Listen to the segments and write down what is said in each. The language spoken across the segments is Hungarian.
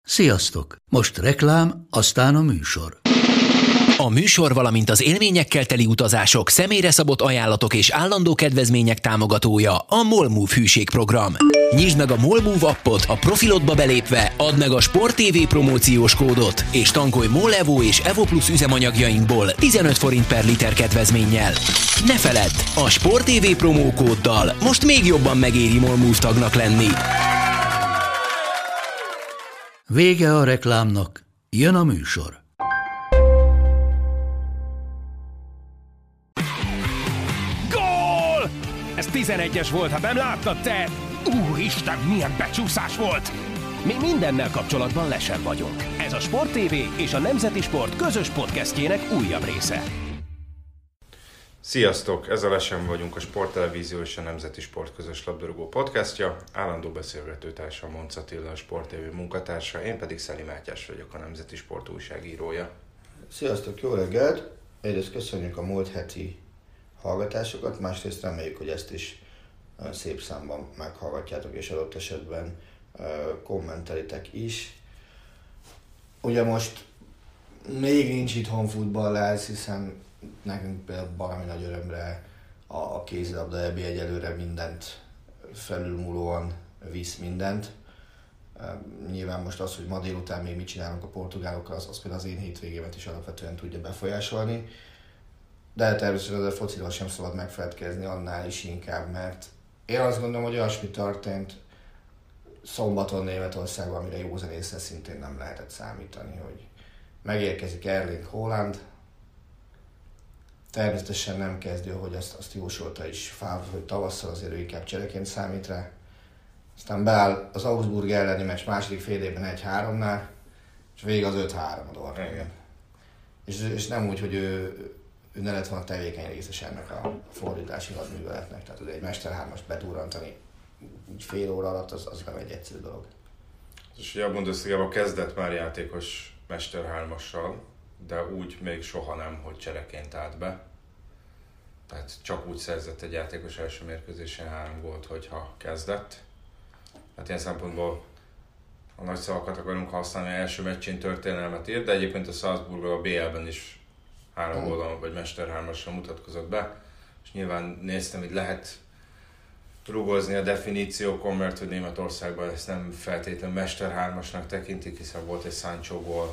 Sziasztok! Most reklám, aztán a műsor. A műsor, valamint az élményekkel teli utazások, személyre szabott ajánlatok és állandó kedvezmények támogatója a MOL Move hűségprogram. Nyisd meg a MOL Move appot, a profilodba belépve, add meg a Sport TV promóciós kódot, és tankolj MOL Evo és Evo Plus üzemanyagjainkból 15 forint per liter kedvezménnyel. Ne feledd, a Sport TV promókóddal most még jobban megéri MOL Move tagnak lenni. Vége a reklámnak, jön a műsor. Gól! Ez 11-es volt, ha nem láttad te! Úristen, milyen becsúszás volt! Mi mindennel kapcsolatban lesen vagyunk. Ez a Sport TV és a Nemzeti Sport közös podcastjének újabb része. Sziasztok! Ez a Lesen vagyunk, a Sporttelevízió és a Nemzeti Sport közös labdarúgó podcastja. Állandó beszélgetőtársam Monc Attila, a Sport TV munkatársa, én pedig Szeli Mátyás vagyok, a Nemzeti Sport újságírója. Sziasztok, jó reggelt! Egyrészt köszönjük a múlt heti hallgatásokat, másrészt reméljük, hogy ezt is szép számban meghallgatjátok, és adott esetben kommentelitek is. Ugye most még nincs itthon futball, hiszen nekünk például valami nagy örömre a kézilabda EB egyelőre mindent felülmúlóan visz mindent. Nyilván most az, hogy ma délután még mit csinálunk a portugálokkal, az például az én hétvégémet is alapvetően tudja befolyásolni. De természetesen a fociról sem szabad megfeledkezni, annál is inkább, mert én azt gondolom, hogy olyasmi történt szombaton Németországban, amire józanészre szintén nem lehetett számítani, hogy megérkezik Erling Haaland. Természetesen nem kezdő, hogy azt jósolta is Favre, hogy tavasszal azért ő inkább csereként számít rá. Aztán beáll az Augsburg elleni meccs második fél évben 1-3-nál, és végig az 5-3 a Dortmund. És nem úgy, hogy ő ne lett volna tevékeny részes ennek a fordítási hadműveletnek. Tehát egy Mester 3-ast bedurrantani így fél óra alatt, az nem egy egyszerű dolog. És ugye a Bundesligában kezdett már játékos Mester 3-assal, de úgy még soha nem, hogy csereként állt be. Tehát csak úgy szerzett egy játékos első mérkőzésen 3 gólt, hogyha kezdett. Hát ilyen szempontból, ha nagy szavakat akarunk használni, első meccsén történelmet írt, de egyébként a Salzburgban a BL-ben is 3 góllal vagy Mester 3-assal mutatkozott be. És nyilván néztem, hogy lehet rugozni a definíciókon, mert hogy Németországban ezt nem feltétlenül Mester 3-asnak tekintik, hiszen volt egy Sancho gól.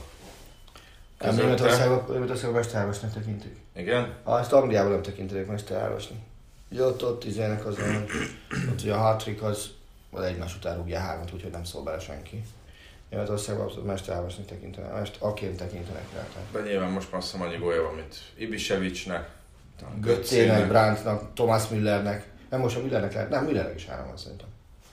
Németországban Mester 3-asnak tekintik. Igen? Ezt Angliában nem tekintenek Mester 3-asnak. Ugye ott izének azon, hogy ott ugye a hat-trick az egymás után rúgja 3-at, úgyhogy nem szól bele senki. Németországban abszolút Mester 3-asnak tekintenek, aként tekintenek rá. De nyilván most már annyi gólja van, mint Ibisevicnek, Götzének, Brandtnak, Thomas Müllernek. Nem most a Müllernek lehet, nem, Müllernek is 3 van szerintem.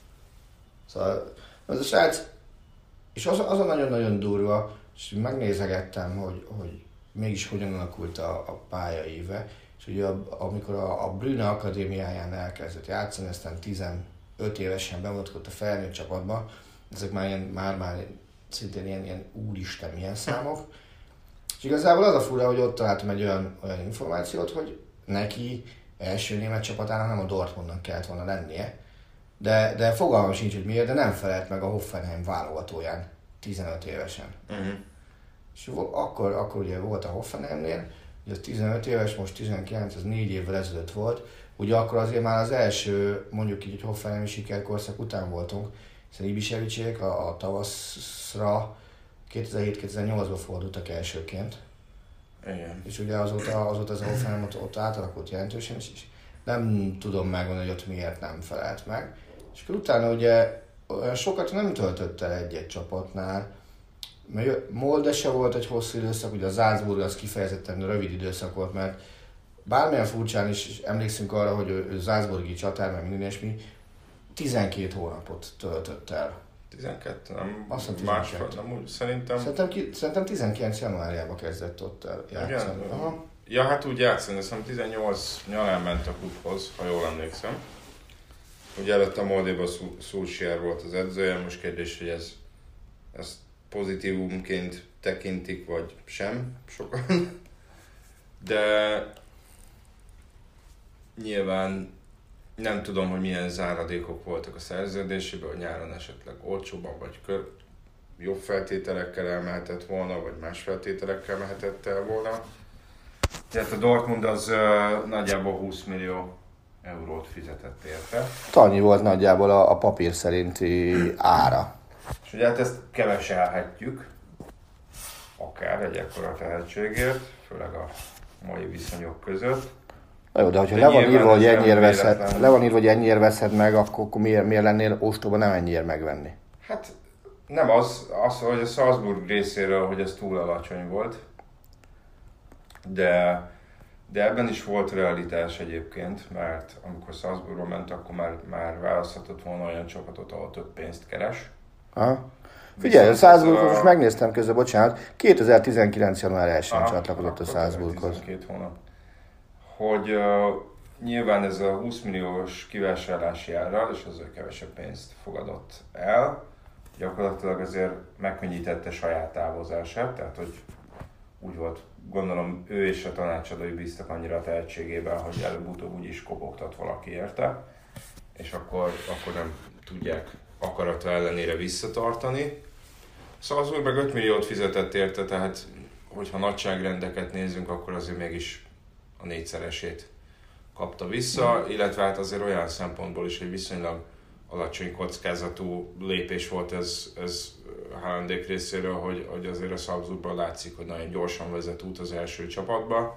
Szóval ez a srác, és az a nagyon-nagyon durva, és megnézegettem, hogy mégis hogyan alakult a pályaéve, és ugye amikor a Brüne Akadémiáján elkezdett játszani, aztán 15 évesen bemutatkozott a felnőtt csapatba, ezek már szintén ilyen úristen milyen számok, és igazából az a fura, hogy ott találtam egy olyan információt, hogy neki első német csapatának nem a Dortmundnak kellett volna lennie, de fogalmam sincs, hogy miért, de nem felelt meg a Hoffenheim válogatóján 15 évesen. Uh-huh. És akkor ugye volt a Hoffenheimnél, ugye az 15 éves, most 19, az 4 évvel ezelőtt volt, ugye akkor azért már az első, mondjuk így, hogy Hoffenheimi sikerkorszak után voltunk, hiszen Ibisevicsék a tavaszra 2007-2008-ban fordultak elsőként. Igen. És ugye azóta ez a Hoffenheim ott átalakult jelentősen, és nem tudom megmondani, hogy ott miért nem felelt meg. És akkor utána ugye olyan sokat nem töltött el egy-egy csapatnál, mert Molde se volt egy hosszú időszak, ugye a Salzburg az kifejezetten rövid időszak volt, mert bármilyen furcsán is emlékszünk arra, hogy ő Salzburgi csatár, meg minden ilyesmi, 12 hónapot töltött el. 12? Nem, azt hiszem 12. Nem úgy, Szerintem 19 januárjában kezdett ott el játszani. Ja, hát úgy játszani, azt hiszem 18 nyarán ment a klubhoz, ha jól emlékszem. Ugye előtte a Moldéban Solskjaer volt az edzője, most kérdés, hogy ez pozitívumként tekintik, vagy sem sokan. De nyilván nem tudom, hogy milyen záradékok voltak a szerződésében, hogy nyáron esetleg olcsóban vagy jobb feltételekkel elmehetett volna, vagy más feltételekkel mehetett el volna. Tehát a Dortmund az nagyjából 20 millió eurót fizetett érte. Annyi volt nagyjából a papír szerinti ára. És ugye hát ezt keveselhetjük, akár egy ekkora tehetségért, főleg a mai viszonyok között. Na jó, de hogyha le van írva, hogy ennyiért veszed meg, akkor miért lennél ostoba nem ennyiért megvenni? Hát nem az, hogy a Salzburg részéről, hogy ez túl alacsony volt, de ebben is volt realitás egyébként, mert amikor Salzburgba ment, akkor már választhatott volna olyan csapatot, ahol több pénzt keres. Aha. Figyelj, a Salzburghoz most megnéztem közben, bocsánat, 2019. január 1-én csatlakozott a Salzburghoz. 12 hónap. Hogy nyilván ez a 20 milliós kivásárlási árral, és azért kevesebb pénzt fogadott el, gyakorlatilag azért megkönnyítette saját távozását, tehát hogy úgy volt, gondolom ő és a tanácsadói bíztak annyira a tehetségében, hogy előbb-utóbb úgyis kopogtat valaki érte, és akkor nem tudják akarata ellenére visszatartani. Salzburg meg 5 milliót fizetett érte, tehát hogyha nagyságrendeket nézzünk, akkor azért mégis a 4-szeresét kapta vissza, illetve hát azért olyan szempontból is, hogy viszonylag alacsony kockázatú lépés volt ez Haalandék részéről, hogy azért a Salzburgban látszik, hogy nagyon gyorsan vezet út az első csapatba.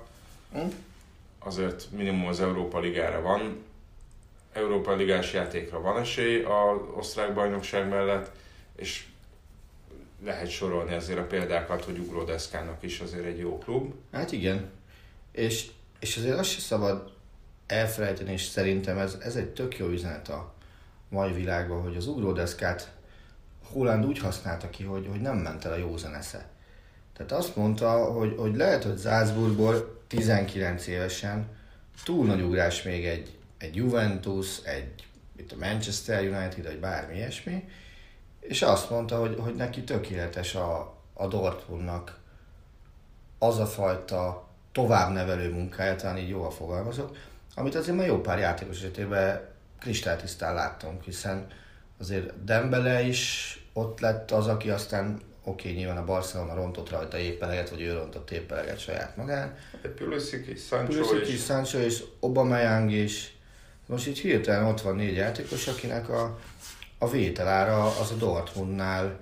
Azért minimum az Európa Ligára van, Európa Ligás játékra van esély az osztrák bajnokság mellett, és lehet sorolni azért a példákat, hogy Ugródeszkának is azért egy jó klub. Hát igen, és azért azt se szabad elfelejteni, és szerintem ez egy tök jó üzenet a mai világban, hogy az Ugródeszkát Haaland úgy használta ki, hogy nem ment el a józan esze. Tehát azt mondta, hogy lehet, hogy Salzburgból 19 évesen túl nagy ugrás még egy Juventus, a Manchester United, vagy bármi ilyesmi, és azt mondta, hogy neki tökéletes a Dortmundnak az a fajta továbbnevelő munkája, talán így jól fogalmazok, amit azért már jó pár játékos esetében kristálytisztán láttunk, hiszen azért Dembele is ott lett az, aki aztán nyilván a Barcelona rontott rajta éppeleget, vagy ő rontott éppeleget saját magán. Pulisic is, Sancho és Aubameyang is. Most így hirtelen ott van 4 játékos, akinek a vételára az a Dortmundnál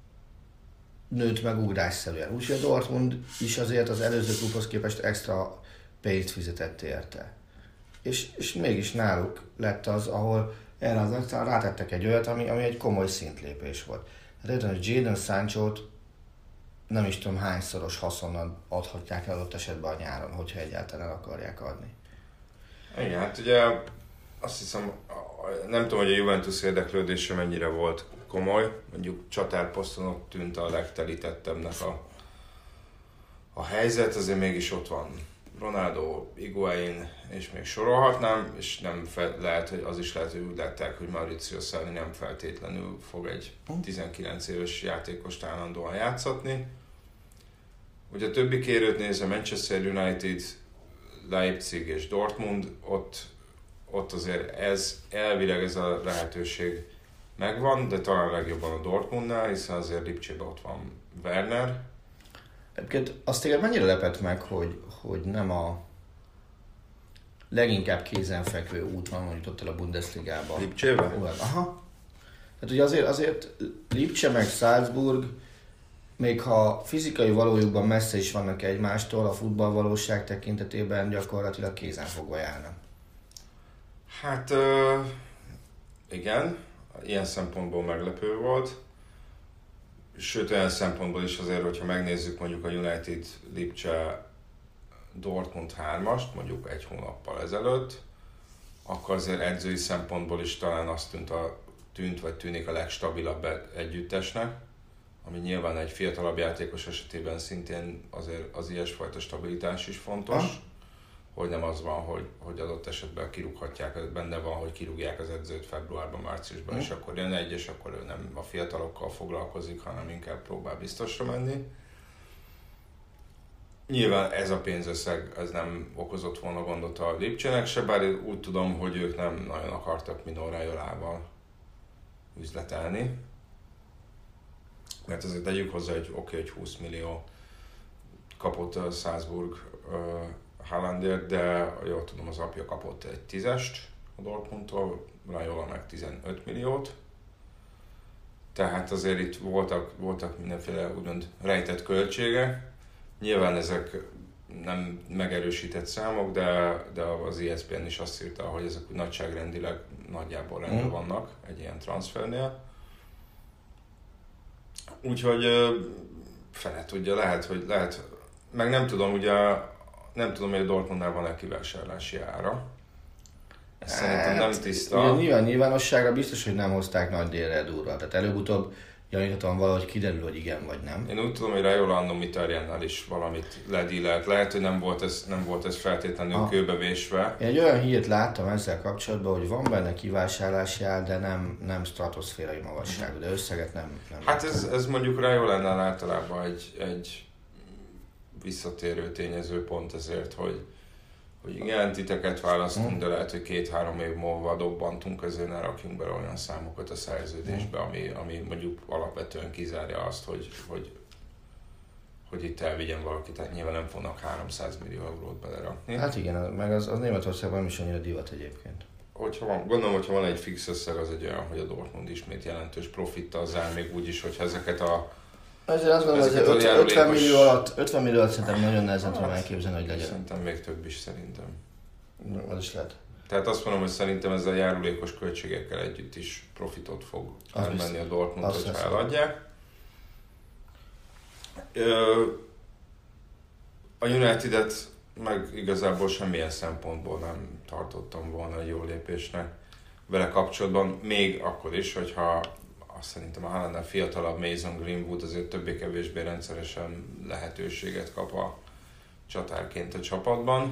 nőtt meg ugrásszerűen. Úgyhogy a Dortmund is azért az előző klubhoz képest extra pénzt fizetett érte. És mégis náluk lett az, ahol erre az rátettek egy olyat, ami egy komoly szintlépés volt. Hát hogy Jadon Sanchót nem is tudom hányszoros haszonnal adhatják el ott esetben a nyáron, hogyha egyáltalán el akarják adni. Igen, hát ugye azt hiszem, nem tudom, hogy a Juventus érdeklődése mennyire volt komoly, mondjuk csatárposzton ott tűnt a legtelítettebbnek a helyzet, azért mégis ott van Ronaldo, Higuain, és még sorolhatnám, és nem lehet, hogy az is lehet, hogy úgy látták, hogy Maurizio Sarri nem feltétlenül fog egy 19 éves játékost állandóan játszatni. Ugye a többi kérőt nézve, Manchester United, Leipzig és Dortmund, ott azért elvileg ez a lehetőség megvan, de talán legjobban a Dortmundnál, hiszen azért Lipcsében ott van Werner. Egyébként azt téged mennyire lepett meg, hogy nem a leginkább kézenfekvő útvonalon jutott el a Bundesligába? Lipcsében? Aha. Tehát ugye azért Lipcse meg Salzburg, még ha fizikai valójukban messze is vannak egymástól, a futballvalóság tekintetében gyakorlatilag kézenfogva járnak. Hát igen, ilyen szempontból meglepő volt. Sőt, olyan szempontból is azért, hogyha megnézzük mondjuk a United Lipcse Dortmund 3-ast, mondjuk egy hónappal ezelőtt, akkor azért edzői szempontból is talán azt tűnik a legstabilabb együttesnek, ami nyilván egy fiatalabb játékos esetében szintén azért az ilyesfajta stabilitás is fontos, hogy nem az van, hogy adott esetben kirúghatják, benne van, hogy kirúgják az edzőt februárban, márciusban, és akkor jön egy, és akkor ő nem a fiatalokkal foglalkozik, hanem inkább próbál biztosra menni. Nyilván ez a pénzösszeg ez nem okozott volna gondot a Lipcsének se, bár úgy tudom, hogy ők nem nagyon akartak Mino Raiolával üzletelni. mert azért tegyük hozzá, hogy hogy 20 millió kapott a Salzburg Haalandért, de jól tudom, az apja kapott egy 10-est a Dortmundtól, Raiola meg 15 milliót. Tehát azért itt voltak mindenféle úgymond rejtett költségek. Nyilván ezek nem megerősített számok, de az ESPN is azt írta, hogy ezek úgy nagyságrendileg nagyjából rendben vannak egy ilyen transfernél. Úgyhogy fele tudja, lehet, meg nem tudom, hogy a Dortmundnál van-e kivásárlási ára. Ez szerintem nem tiszta. Nyilvánosságra biztos, hogy nem hozták nagy délre durva. Tehát előbb-utóbb gyaníthatóan valahogy kiderül, hogy igen vagy nem. Én úgy tudom, hogy Raiola annó Mkhitarjannal is valamit ledílelt. Lehet, hogy nem volt ez feltétlenül kőbevésve. Én egy olyan hírt láttam ezzel kapcsolatban, hogy van benne kivásárlási ár, de nem stratoszférai magasságú, de összeget nem hát ez mondjuk Raiolánál általában egy visszatérő tényező pont ezért, hogy igen, titeket választunk, de lehet, hogy 2-3 év múlva dobbantunk, ezért ne rakjunk bele olyan számokat a szerződésbe, ami mondjuk alapvetően kizárja azt, hogy itt elvigyen valaki, tehát nyilván nem fognak 300 millió eurót belerakni. Hát igen, meg az Németországban nem is annyira divat egyébként. Gondolom, hogyha van egy fix összeg, az egy olyan, hogy a Dortmund ismét jelentős profittal zár, még úgy is, hogyha ezeket a Azért azt gondolom, hogy 50 millió alatt szerintem nagyon nehezen tudom elképzelni, hogy legyen. Szerintem még több is szerintem. Az is lehet. Tehát azt mondom, hogy szerintem ezzel a járulékos költségekkel együtt is profitot fog elmenni a Dortmund, hogyha eladják. A United-et meg igazából semmilyen szempontból nem tartottam volna egy jó lépésnek vele kapcsolatban, még akkor is, hogyha azt szerintem a Haalandnál fiatalabb Mason Greenwood azért többé-kevésbé rendszeresen lehetőséget kap a csatárként a csapatban.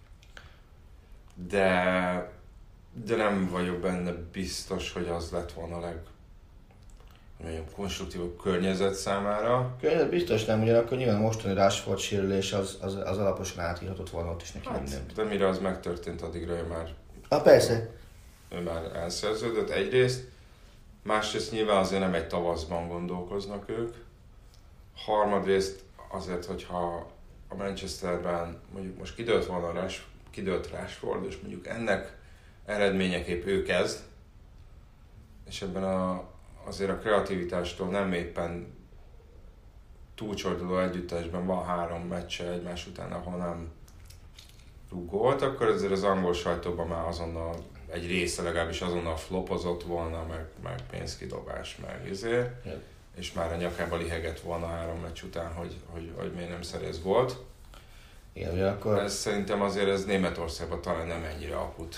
De nem vagyok benne biztos, hogy az lett volna a konstruktívabb környezet számára. Környezet biztos nem, ugyanakkor nyilván a mostani Rashford sérülés az alaposan átírhatott volna ott is neki mindent. De mire az megtörtént, addigra ő már... Persze. Ő már elszerződött egyrészt. Másrészt nyilván azért nem egy tavaszban gondolkoznak ők. Harmadrészt azért, hogyha a Manchesterben mondjuk most kidőlt Rashford, és mondjuk ennek eredményeképp ő kezd, és ebben azért a kreativitástól nem éppen túlcsorduló együttesben van 3 meccse egymás után, ahol nem rúg gólt, akkor azért az angol sajtóban már azonnal egy része legalábbis azonnal flopozott volna, meg pénzkidobás, és már a nyakába lihegett volna 3 meccs után, hogy miért nem szerez gólt. Igen, akkor... Ez szerintem azért ez Németországban talán nem ennyire akut.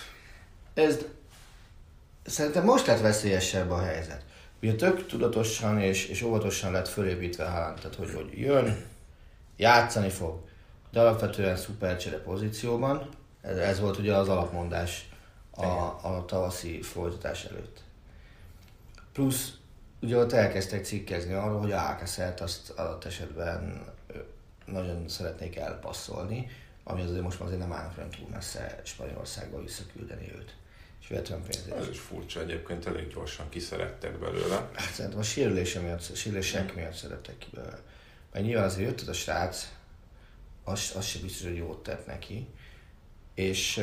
Szerintem most lett veszélyesebb a helyzet. Ugye tök tudatosan és óvatosan lett fölépítve Haaland, tehát hogy jön, játszani fog, de alapvetően szupercsere pozícióban. Ez volt ugye az alapmondás a tavaszi folytatás előtt. Plusz ugye ott elkezdtek cikkezni arról, hogy Alcácert azt adott esetben nagyon szeretnék elpasszolni, ami azért most már azért nem állnak olyan túl messze Spanyolországba visszaküldeni őt. És véletlen pénzért. Ez is furcsa egyébként, elég gyorsan kiszerettek belőle. Hát szerintem a sérülések miatt szerettek ki belőle. Mert nyilván azért jött a srác, az sem biztos, hogy jót tett neki. És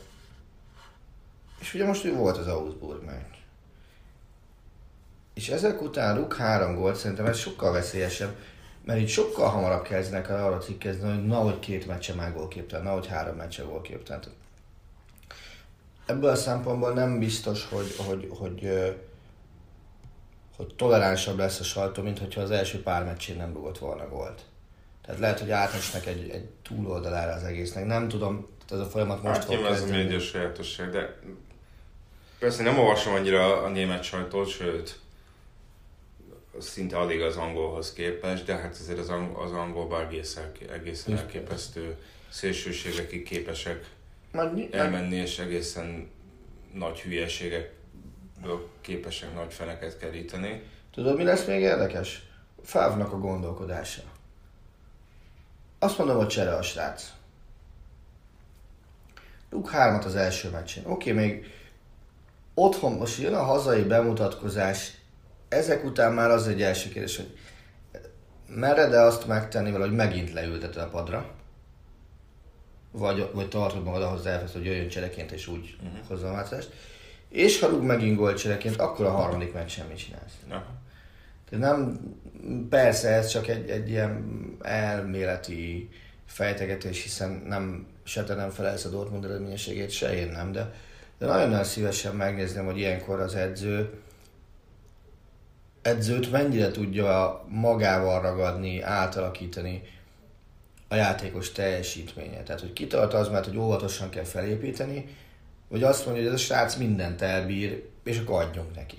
ugye most ő volt az Augsburg meccs. És ezek után rúg 3 gólt, szerintem ez sokkal veszélyesebb, mert itt sokkal hamarabb kezdenek el arra cikkezni, hogy nahogy 2 meccse már gólképtelen, nahogy 3 meccse gólképtelen. Ebből a szempontból nem biztos, hogy toleránsabb lesz a sajtó, mint hogyha az első pár meccsén nem rúgott volna gólt. Tehát lehet, hogy átesnek egy túloldalára az egésznek. Nem tudom, ez a folyamat most fog kezdeni. Ez a média sajátosság, de persze nem olvasom annyira a német sajtót, sőt, szinte alig az angolhoz képest, de hát azért az angolban egészen elképesztő szélsőségekig képesek elmenni, és egészen nagy hülyeségekből képesek nagy feneket keríteni. Tudod, mi lesz még érdekes? Favre-nak a gondolkodása. Azt mondom, hogy csere a srác. Rúg 3 az első meccsén. Oké, még otthon most jön a hazai bemutatkozás, ezek után már az egy első kérdés, hogy mered-e azt megtenni valahogy megint leülteted a padra, vagy tartod magad ahhoz elvesz, hogy jöjjön csereként és úgy hozzá a változást, és ha rúg megint gólt csereként, akkor a harmadik meg semmit csinálsz. Nem, persze ez csak egy ilyen elméleti fejtegetés, hiszen se te nem felelsz a Dortmund eredményességét, se én nem, de nagyon-nagyon szívesen megnézném, hogy ilyenkor az edzőt mennyire tudja magával ragadni, átalakítani a játékos teljesítménye. Tehát, hogy kitart az, mert hogy óvatosan kell felépíteni, vagy azt mondja, hogy ez a srác mindent elbír, és akkor adjunk neki.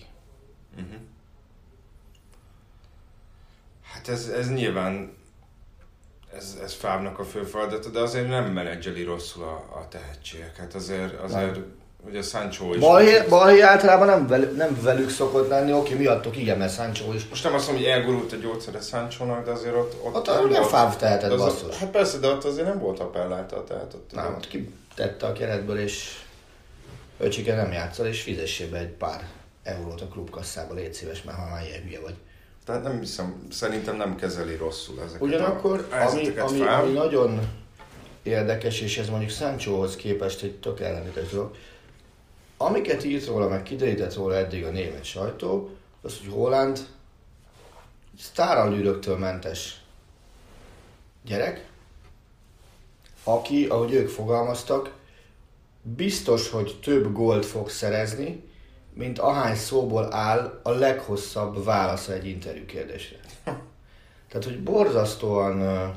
Hát ez nyilván ez Favre-nak a fő feladata, de azért nem menedzseli rosszul a tehetségeket. Azért ugye Sancho is... Balhé általában nem velük szokott lenni, oké, miattok igen, mert Sancho is... Most nem azt mondom, hogy elgurult a gyógyszere Sanchónak, de azért ott nem Favre tehetett, basszus. Hát persze, de ott azért nem volt appelláta, tehát ott... Nem, ott kitette a keretből, és öcsike nem játszol, és fizessé be egy pár eurót a klubkasszába, légy szíves, mert ha már ilyen hülye vagy. Tehát nem hiszem, szerintem nem kezeli rosszul ezeket. Ugyanakkor, ami nagyon érdekes, és ez mondjuk Sanchohoz képest egy tök ellentétes dolog, amiket írt róla, meg kiderített róla eddig a német sajtó, az, hogy Haaland sztárallűröktől mentes gyerek, aki, ahogy ők fogalmaztak, biztos, hogy több gólt fog szerezni, mint ahány szóból áll a leghosszabb válasza egy interjú kérdésre. Tehát, hogy borzasztóan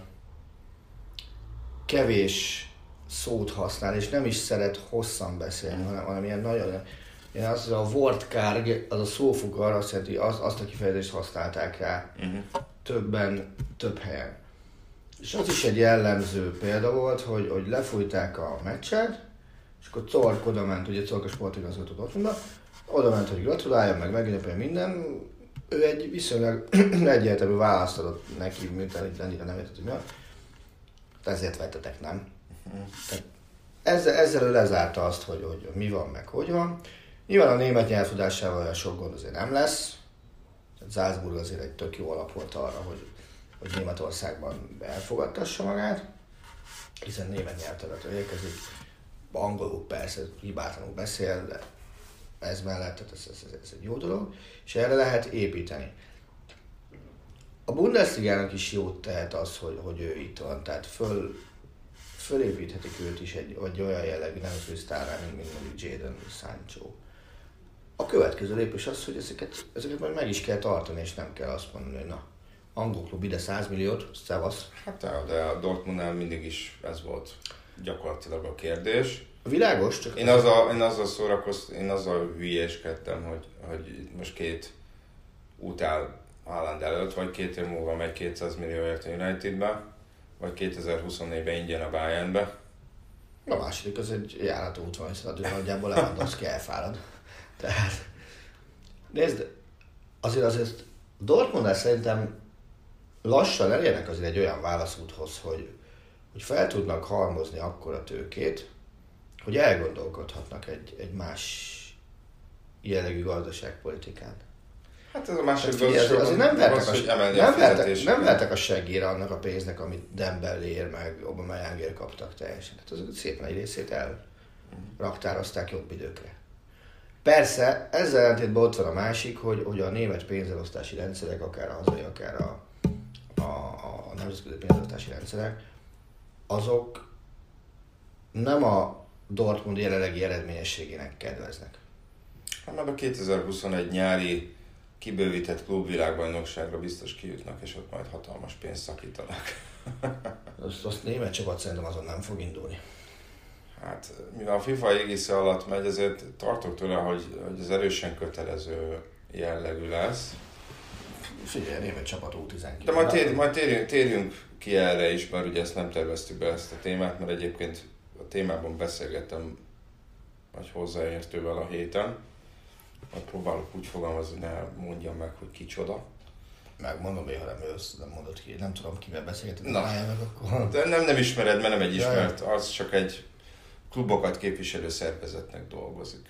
kevés szót használ, és nem is szeret hosszan beszélni, hanem ilyen nagyon... a Wortkarg, az a szófog arra azt jelenti, azt a kifejezést használták rá többen, több helyen. És az is egy jellemző példa volt, hogy lefújták a meccset, és akkor Zorc oda ment, ugye Zorc a sportigazgató Dortmundba, oda ment, hogy gratuláljon, meg megünnepeljen minden. Ő egy viszonylag egyértelmű választ adott neki, miután itt ennyire nem értett, hogy mi van. Ezért vettetek, nem? Ezzel ő lezárta azt, hogy mi van, meg hogy van. Nyilván a német nyelvtudásával olyan sok gond azért nem lesz. Salzburg azért egy tök jó alap volt arra, hogy Németországban elfogadtassa magát, hiszen német nyelvterületről érkezik. Angolul persze hibátlanul beszél, de ez mellett, tehát ez egy jó dolog, és erre lehet építeni. A Bundesligának is jót tehet az, hogy ő itt van, tehát fölépíthetik őt is egy olyan jellegű nemzetközi sztárrá, mint mondjuk Jadon Sancho. A következő lépés az, hogy ezeket majd meg is kell tartani, és nem kell azt mondani, hogy na, angol klub ide 100 milliót, szevasz. Hát de a Dortmundnál mindig is ez volt gyakorlatilag a kérdés. Világos, csak... Én azzal hülyéskedtem, hogy most 2 út áll Haaland előtt, vagy 2 év múlva megy 200 millióért a Unitedbe, vagy 2024-ben ingyen a Bayernbe. A második az egy járató út van, hiszen nagyjából Lewandowski elfárad. Tehát, nézd, azért Dortmundnál szerintem lassan elérnek azért egy olyan válaszúthoz, hogy fel tudnak halmozni akkora tőkét, hogy elgondolkodhatnak egy más jellegű gazdaságpolitikán. Hát ez a másik azért nem vertek a seggére annak a pénznek, amit Dembélé meg Aubameyangért kaptak teljesen. Hát az szépen egy részét elraktározták jobb időkre. Persze, ezzel ellentétben ott van a másik, hogy a német pénzelosztási rendszerek, akár a hazai, akár a nemzetközi pénzelosztási rendszerek, azok nem a Dortmund jelenlegi eredményességének kedveznek. Hát már a 2021 nyári kibővített klubvilágbajnokságra biztos kijutnak, és ott majd hatalmas pénzt szakítanak. Azt német csapat szerintem azon nem fog indulni. Hát, mivel a FIFA égisze alatt megy, ezért tartok tőle, hogy ez erősen kötelező jellegű lesz. Figyelj, a német csapat U19. De majd térjünk ki erre is, mert ugye ezt nem terveztük be ezt a témát, mert egyébként a témában beszélgettem egy hozzáértővel a héten. Majd próbálok úgy fogalmazni, ne mondjam meg, hogy kicsoda. Megmondom, ha nem jössz, nem mondod ki, nem tudom, kivel beszélgeted. Akkor... De nem ismered, mert nem egy ismert, az csak egy klubokat képviselő szervezetnek dolgozik.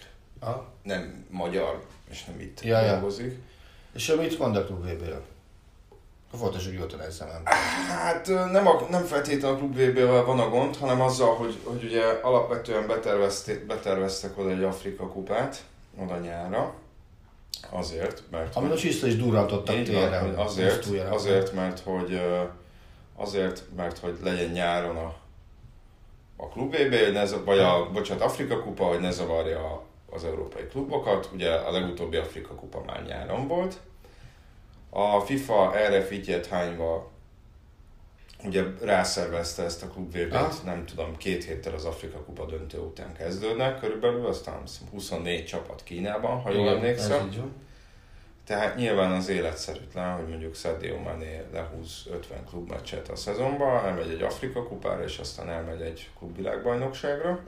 Nem magyar, és nem itt dolgozik. És ő mit mond a klub VB-ről? Fontos, hogy jól ezzel nem. Hát nem feltétlenül a Klub VB-vel van a gond, hanem azzal, hogy ugye alapvetően beterveztek oda egy Afrika kupát, oda nyárra. Azért, mert... Ami most vissza is durrantottak térre. Azért, mert hogy legyen nyáron a Klub VB, Afrika kupa, hogy ne zavarja az európai klubokat. Ugye a legutóbbi Afrika kupa már nyáron volt. A FIFA erre fityet hányva ugye rászervezte ezt a Klub VB-t, nem tudom, 2 héttel az Afrika kupa döntő után kezdődnek körülbelül, aztán 24 csapat Kínában, ha jól emlékszem. Tehát nyilván az életszerűtlen, hogy mondjuk Sadio Mané lehúz 50 klubmeccset a szezonban, elmegy egy Afrika kupára, és aztán elmegy egy klubvilágbajnokságra.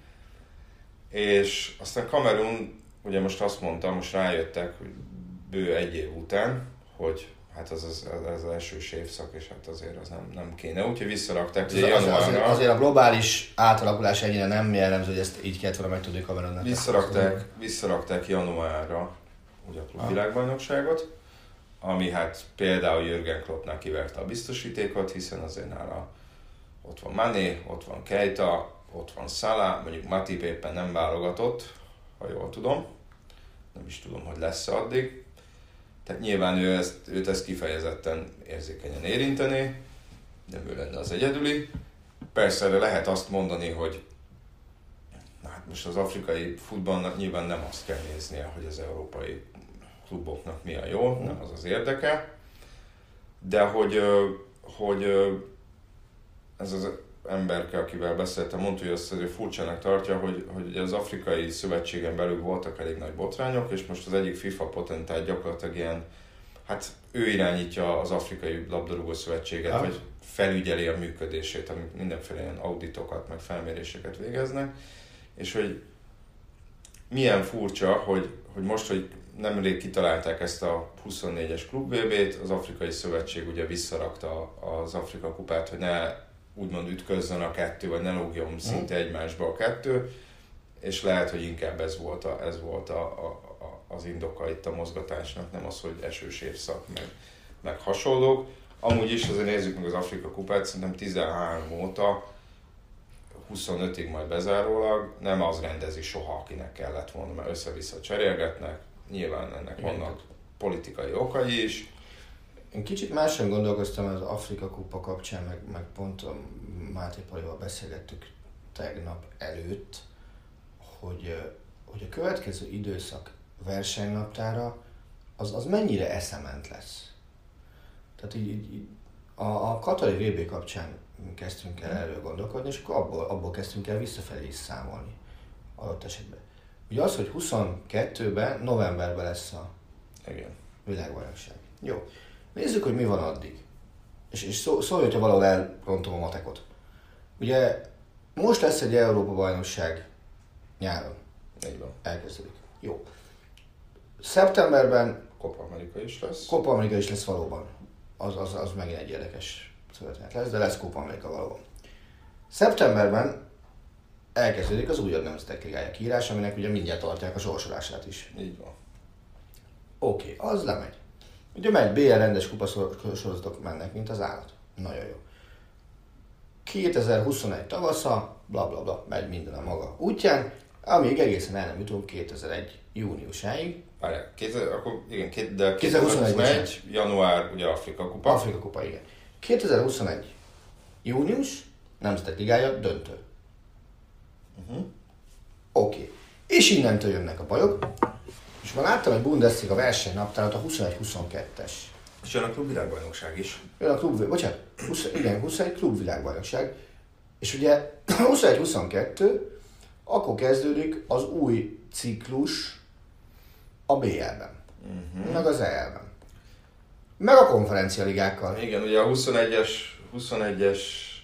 És aztán Kamerun, ugye most azt mondta, most rájöttek, hogy bő 1 év után, hogy hát az elsős évszak, és hát azért az nem kéne, úgyhogy visszarakták. Azért a globális átalakulás ennyire nem jellemző, hogy ezt így kellett volna megtudni Kamerunnak. Visszarakták januárra ugye a klubvilágbajnokságot, ami hát például Jürgen Kloppnál kiverte a biztosítékot, hiszen azért nála ott van Mané, ott van Keita, ott van Salah, mondjuk Matip éppen nem válogatott, ha jól tudom. Nem is tudom, hogy lesz addig. Tehát nyilván őt ezt kifejezetten érzékenyen érinteni, nem ő lenne az egyedüli. Persze lehet azt mondani, hogy hát most az afrikai futballnak nyilván nem azt kell néznie, hogy az európai kluboknak mi a jó, nem az érdeke. De hogy ez az emberke, akivel beszéltem, mondta, hogy azt azért furcsának tartja, hogy az afrikai szövetségen belül voltak elég nagy botrányok, és most az egyik FIFA potentát gyakorlatilag ilyen, hát ő irányítja az afrikai labdarúgó szövetséget, vagy felügyeli a működését, amik mindenféle ilyen auditokat, meg felméréseket végeznek, és hogy milyen furcsa, hogy most, hogy nemrég kitalálták ezt a 24-es Klub VB-t, az Afrikai Szövetség ugye visszarakta az Afrika kupát, hogy ne úgymond ütközzön a kettő, vagy ne lógjon szinte egymásba a kettő, és lehet, hogy inkább ez volt az indoka itt a mozgatásnak, nem az, hogy esős évszak, meg hasonlók. Amúgy is azért nézzük meg az Afrika kupát, szerintem 13 óta, 25-ig majd bezárólag, nem az rendezi soha, akinek kellett volna, mert össze-vissza cserélgetnek, nyilván ennek vannak politikai okai is. Én kicsit máson gondolkoztam az Afrika kupa kapcsán, meg pont a Máté Palival beszélgettük tegnap előtt, hogy a következő időszak versenynaptára az mennyire eszement lesz. Tehát így a katari VB kapcsán kezdtünk el erről gondolkodni, és akkor abból kezdtünk el visszafelé is számolni adott esetben. Ugye az, hogy 22-ben, novemberben lesz a világbajnokság. Jó. Nézzük, hogy mi van addig. És szólj, hogyha valahol elrontom a matekot. Ugye most lesz egy Európa-bajnokság nyáron. Így van. Elkezdődik. Jó. Szeptemberben Copa America is lesz. Copa America is lesz valóban. Az megint egy érdekes történet lesz, de lesz Copa America valóban. Szeptemberben elkezdődik az újabb nemzetek ligája kiírás, aminek ugye mindjárt tartják a sorsolását is. Így van. Oké, az lemegy. Ugye megy, BL rendes kupasorozatok mennek, mint az állat. Nagyon jó. 2021 tavasza, blablabla, megy minden a maga útján, amíg egészen el nem jutunk 2001 júniusáig. Várjál, de 2021 január ugye Afrika kupa. Afrika kupa, igen. 2021 június, Nemzetek Ligája döntő. Oké. És innentől jönnek a bajok. És már láttam egy Bundesliga versenynaptárat, a 21-22-es. És jön a klubvilágbajnokság is. Jön a igen, 21 klubvilágbajnokság. És ugye 21-22, akkor kezdődik az új ciklus a BL-ben. Meg az EL-ben. Meg a konferencialigákkal. Igen, ugye a 21-es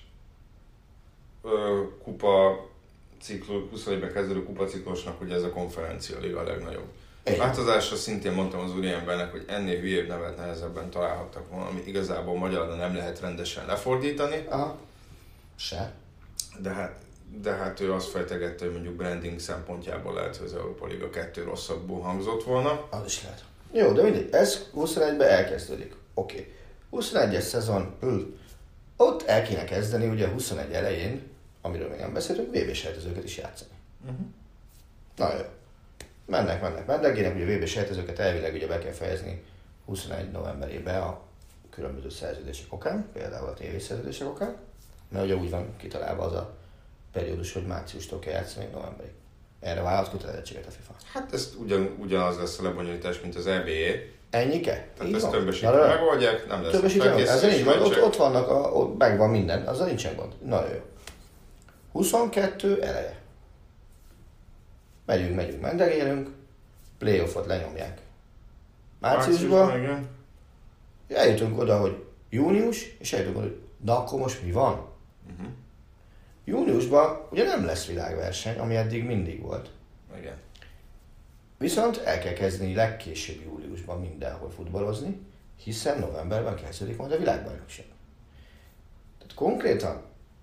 kupa ciklus, 21-ben kezdődő kupaciklusnak ugye ez a konferencialiga a legnagyobb. Változásra szintén mondtam az úriembernek, hogy ennél hülyébb nevet nehezebben találhattak volna, ami igazából magyarra nem lehet rendesen lefordítani. Aha. Se. De hát ő azt fejtegette, hogy mondjuk branding szempontjából lehet, hogy az Európa Liga 2 rosszabbul hangzott volna. Az is lehet. Jó, de mindegy, ez 21-ben elkezdődik. Oké. 21-es szezon, ott el kéne kezdeni ugye 21 elején, amiről még nem beszéltünk, VB-sejtezőket is játszani. Na jó. Mennek, ugye a VB-sejtezőket elvileg ugye be kell fejezni 21 novemberében a különböző szerződések okán, például a tévészerződések okán, mert ugye úgy van kitalálva az a periódus, hogy márciustól kell játszani novemberig. Erre vállalt kötelezettséget a FIFA. Hát ez ugyanaz lesz a lebonyolítás, mint az EBA. Ennyike? Tehát ezt többesítve megoldják, nem lesz többesítve, ez nincs gond, ott vannak, ott megvan minden, azzal nincsen gond. Na jó. 22 eleje. Megyünk, mendegélünk, playoffot lenyomják. Márciusban eljutunk oda, hogy június, és eljutunk oda, hogy de akkor most mi van? Júniusban ugye nem lesz világverseny, ami eddig mindig volt. Igen. Viszont el kell kezdeni legkésőbb júliusban mindenhol futballozni, hiszen novemberben kezdődik majd a világbajnokság. Tehát konkrétan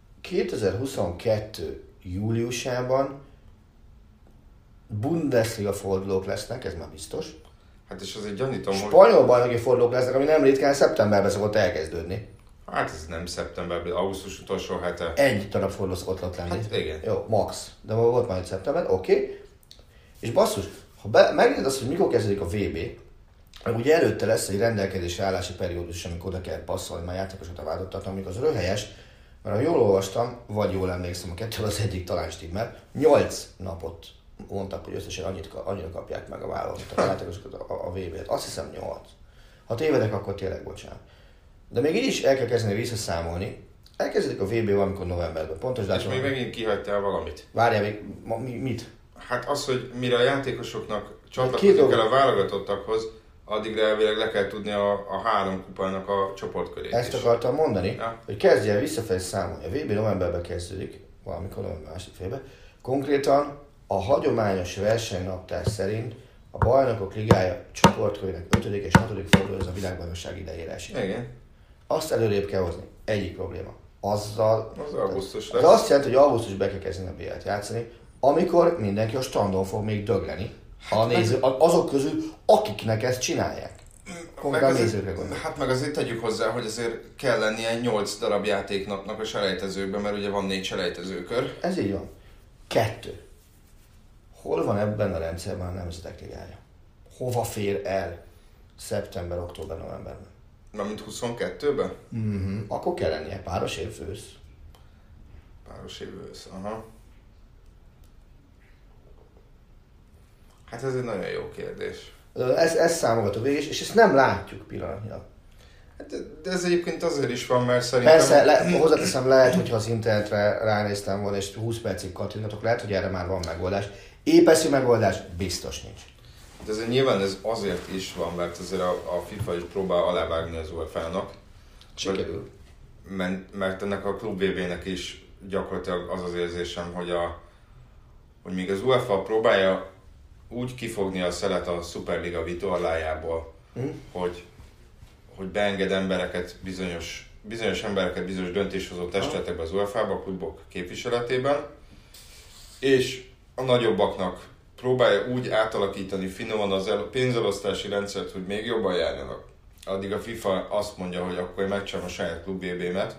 2022 júliusában Bundesliga fordulók lesznek, ez már biztos. Hát és azért gyanítom, hogy... Spanyol bajnoki fordulók lesznek, ami nem ritkán szeptemberben szokott elkezdődni. Hát ez nem szeptemberben, augusztus utolsó hete. Egy darab forduló szokott lenni. Hát igen. Jó, max. De volt majd szeptember, oké. És basszus, ha megnézed azt, hogy mikor kezdődik a VB, meg ugye előtte lesz egy rendelkezésre állási periódus, amikor oda kell passzolni, már játékosokat változtatni, amikor az röhelyes, mert ha jól olvastam, vagy jól emlékszem, a kettő az egyik talán stimmel, 8 napot mondtak, hogy összesen annyira kapják meg a vállalatot, a játékosokat a VB-t. Azt hiszem 8. Ha tévedek, akkor tényleg bocsánat. De még így is el kell kezdeni visszaszámolni. Elkezdődik a VB valamikor novemberben. Pontos dátum. És még megint kihagytál valamit. Várjál még, mit? Hát az, hogy mire a játékosoknak csatlakozni kell a válogatottakhoz, addigra elvileg le kell tudni a 3 kupának a csoportkörét. Ezt akartam mondani, hogy kezdj el visszafelé számolni. A VB novemberben kezdődik, valamikor november második félben. Konkrétan a hagyományos versenynaptár szerint a Bajnokok Ligája csoportkörének 5. és 6. forduló, ez a világbajnokság idejére esik. Igen. Azt előrébb kell hozni. Egyik probléma. Az augusztus lesz. Az azt jelenti, hogy augusztusban be kell kezdeni a BL-t játszani, amikor mindenki a standon fog még dögleni. Azok közül, akiknek ezt csinálják. Konkrétan nézőkre gondolom. Hát meg azért tegyük hozzá, hogy azért kell lennie 8 darab játéknapnak a selejtezőkben, mert ugye van 4 selejtezőkör. Ez így van. 2. Hol van ebben a rendszerben a Nemzetek Ligája? Hova fér el szeptember, október, novemberben? Na, mint 22-ben? Akkor kell lennie páros év ősz. Páros év ősz, aha. Hát ez egy nagyon jó kérdés. Ez számogató végig, és ezt nem látjuk pillanatnyilag. De ez egyébként azért is van, mert szerintem... Persze, hozzáteszem, lehet, hogyha az internetre ránéztem volna, és 20 percig kattintatok, lehet, hogy erre már van megoldás. Épeszű megoldás biztos nincs. De ez nyilván ez azért is van, mert azért a FIFA is próbál alávágni az UEFA-nak. Sikerül. Mert ennek a Klub VB-nek is gyakorlatilag az az érzésem, hogy még az UEFA próbálja úgy kifogni a szelet a Superliga vitorlájából, hogy beenged embereket, bizonyos embereket bizonyos döntéshozó testületekbe az UEFA-ba, a klubok képviseletében, és a nagyobbaknak próbálja úgy átalakítani finoman az pénzelosztási rendszert, hogy még jobban járjanak. Addig a FIFA azt mondja, hogy akkor én megcsinálom a saját klub VB-met,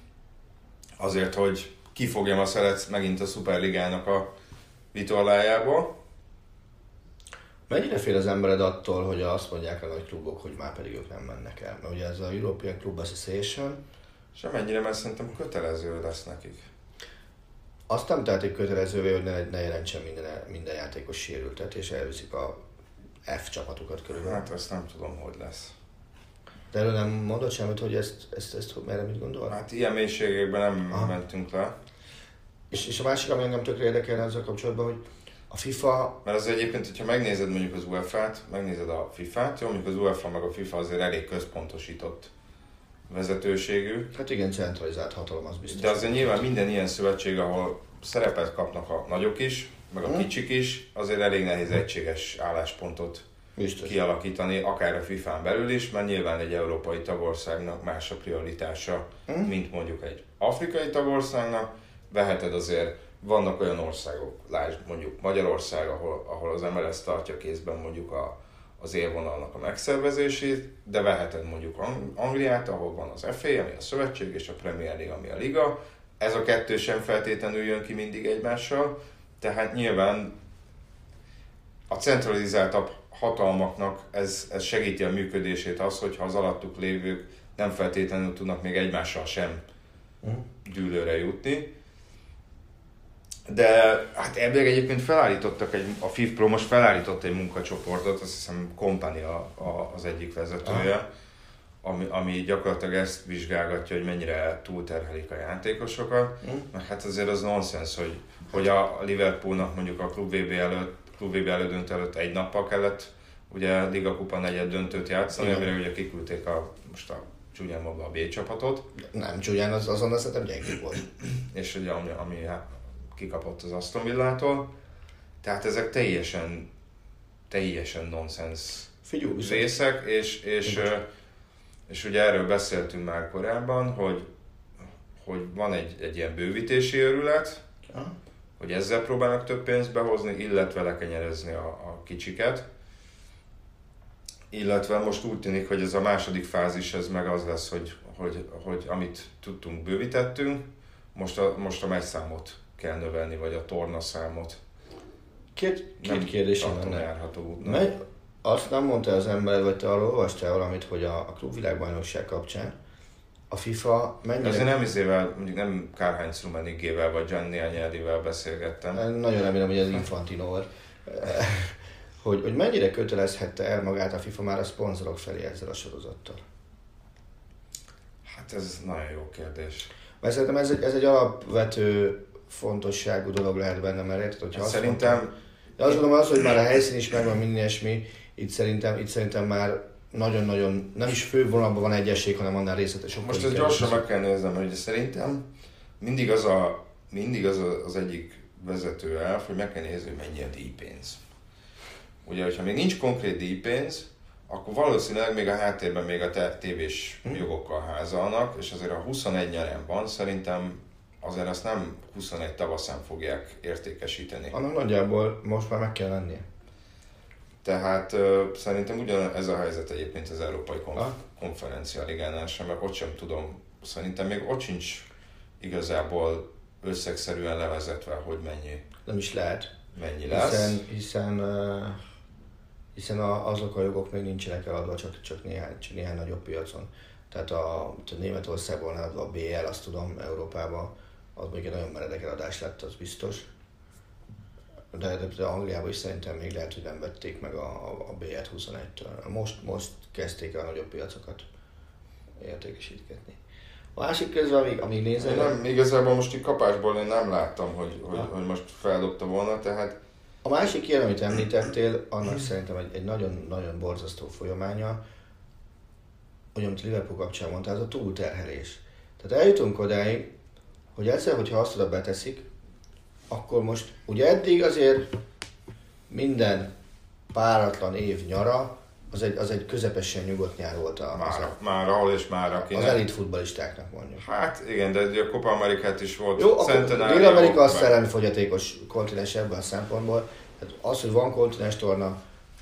azért, hogy kifogjam a szelet megint a Superligának a vitorlájából. Mennyire fél az embered attól, hogy azt mondják a nagy klubok, hogy már pedig ők nem mennek el? Mert ugye ez a European Club Association... Semennyire, mert szerintem kötelező lesz nekik. Azt nem tehetik kötelezővé, hogy ne jelentsen minden játékos sérültet, és elviszik a F csapatokat körülbelül. Hát ezt nem tudom, hogy lesz. De erről nem mondod semmit, hogy ezt merre mit gondol? Hát ilyen mélységekben nem mentünk le. És a másik, ami engem tökre érdekelne ezzel kapcsolatban, hogy a FIFA... Mert az egyébként, hogyha megnézed mondjuk az UEFA-t, megnézed a FIFA-t, jó, mondjuk az UEFA meg a FIFA azért elég központosított vezetőségű. Hát igen, centralizált hatalom, az biztos. De azért nyilván minden ilyen szövetség, ahol szerepet kapnak a nagyok is, meg a kicsik is, azért elég nehéz egységes álláspontot kialakítani, akár a FIFA-n belül is, mert nyilván egy európai tagországnak más a prioritása, mint mondjuk egy afrikai tagországnak. Veheted azért, vannak olyan országok, lásd mondjuk Magyarország, ahol az MLS tartja kézben mondjuk az élvonalnak a megszervezését, de veheted mondjuk Angliát, ahol van az FA, ami a szövetség, és a Premier League, ami a liga. Ez a kettő sem feltétlenül jön ki mindig egymással, tehát nyilván a centralizáltabb hatalmaknak ez segíti a működését az, hogyha az alattuk lévők nem feltétlenül tudnak még egymással sem dűlőre jutni. De hát ebből egyébként felállítottak a FIFPro most felállított egy munkacsoportot, azt hiszem Company az egyik vezetője, ami gyakorlatilag ezt vizsgálgatja, hogy mennyire túlterhelik a játékosokat. Mert hát azért az nonsens, hogy a Liverpoolnak mondjuk a Klub VB elődöntő előtt egy nappal kellett ugye Liga Kupa negyed döntőt játszani, amire ugye kiküldték most a csúnyán maga a B csapatot. Nem csúnyán, azon szerintem gyengébb volt. És ugye ami kikapott az Aston Villától. Tehát ezek teljesen nonsens részek, és ugye erről beszéltünk már korábban, hogy van egy ilyen bővítési őrület, hogy ezzel próbálnak több pénzt behozni, illetve lekenyerezni a kicsiket. Illetve most úgy tűnik, hogy ez a második fázis, ez meg az lesz, hogy amit tudtunk, bővítettünk, most a meccsszámot kell növelni, vagy a tornaszámot. Két kérdésem lenne. Azt nem mondta az ember, vagy te arról olvastál valamit, hogy a klubvilágbajnokság kapcsán a FIFA mennyire... Azért mondjuk nem Karl-Heinz Rummenigge-vel vagy Gianni Agnellivel beszélgettem. Nagyon remélem, hogy ez Infantino volt. hogy mennyire kötelezhette el magát a FIFA már a szponzorok felé ezzel a sorozattal? Hát ez nagyon jó kérdés. Mert szerintem ez egy alapvető fontosságú dolog lehet benne, mert érted, hogyha hát szerintem... De azt gondolom az, hogy már a helyszín is megvan, minden ilyesmi, itt szerintem már nagyon-nagyon, nem is fő vonalban van egyesség, hanem annál részletes. Most ezt gyorsan meg kell néznem, hogy szerintem mindig az egyik vezető elv, hogy meg kell nézni, hogy mennyi a díjpénz. Ugye, hogyha még nincs konkrét díjpénz, akkor valószínűleg még a háttérben még a tévés jogokkal házalnak, és azért a 21 nyaren van, szerintem azért azt nem 21 tavaszán fogják értékesíteni. Annak nagyjából most már meg kell lennie. Tehát szerintem ugyanez a helyzet egyébként az Európai Konferencia Ligánál sem, mert ott sem tudom, szerintem még ott sincs igazából összegszerűen levezetve, hogy mennyi. Nem is lehet. Mennyi lesz. Hiszen azok a jogok még nincsenek eladva, csak néhány nagyobb piacon. Tehát a Németországban eladva a BL, azt tudom, Európában, az még egy nagyon meredek eladás lett, az biztos. De Angliában is szerintem még lehet, hogy nem vették meg a BL-t 21-től. Most kezdték el a nagyobb piacokat értékesítgetni. A másik közben, amíg nézel... Nem, igazából most így kapásból én nem láttam, hogy most feldobta volna, tehát... A másik ilyen, amit említettél, annak szerintem egy nagyon-nagyon borzasztó folyamánya, hogy amit Liverpool kapcsán mondtál, az a túlterhelés. Tehát eljutunk odáig, hogy egyszer, hogyha azt oda beteszik, akkor most ugye eddig azért minden páratlan év nyara, az egy közepesen nyugodt nyár volt az elit futballistáknak mondjuk. Hát igen, de a Copa Amerikát is volt. Jó, Dél-Amerika az szellemi fogyatékos kontinens ebben a szempontból. Tehát az, hogy van kontinens torna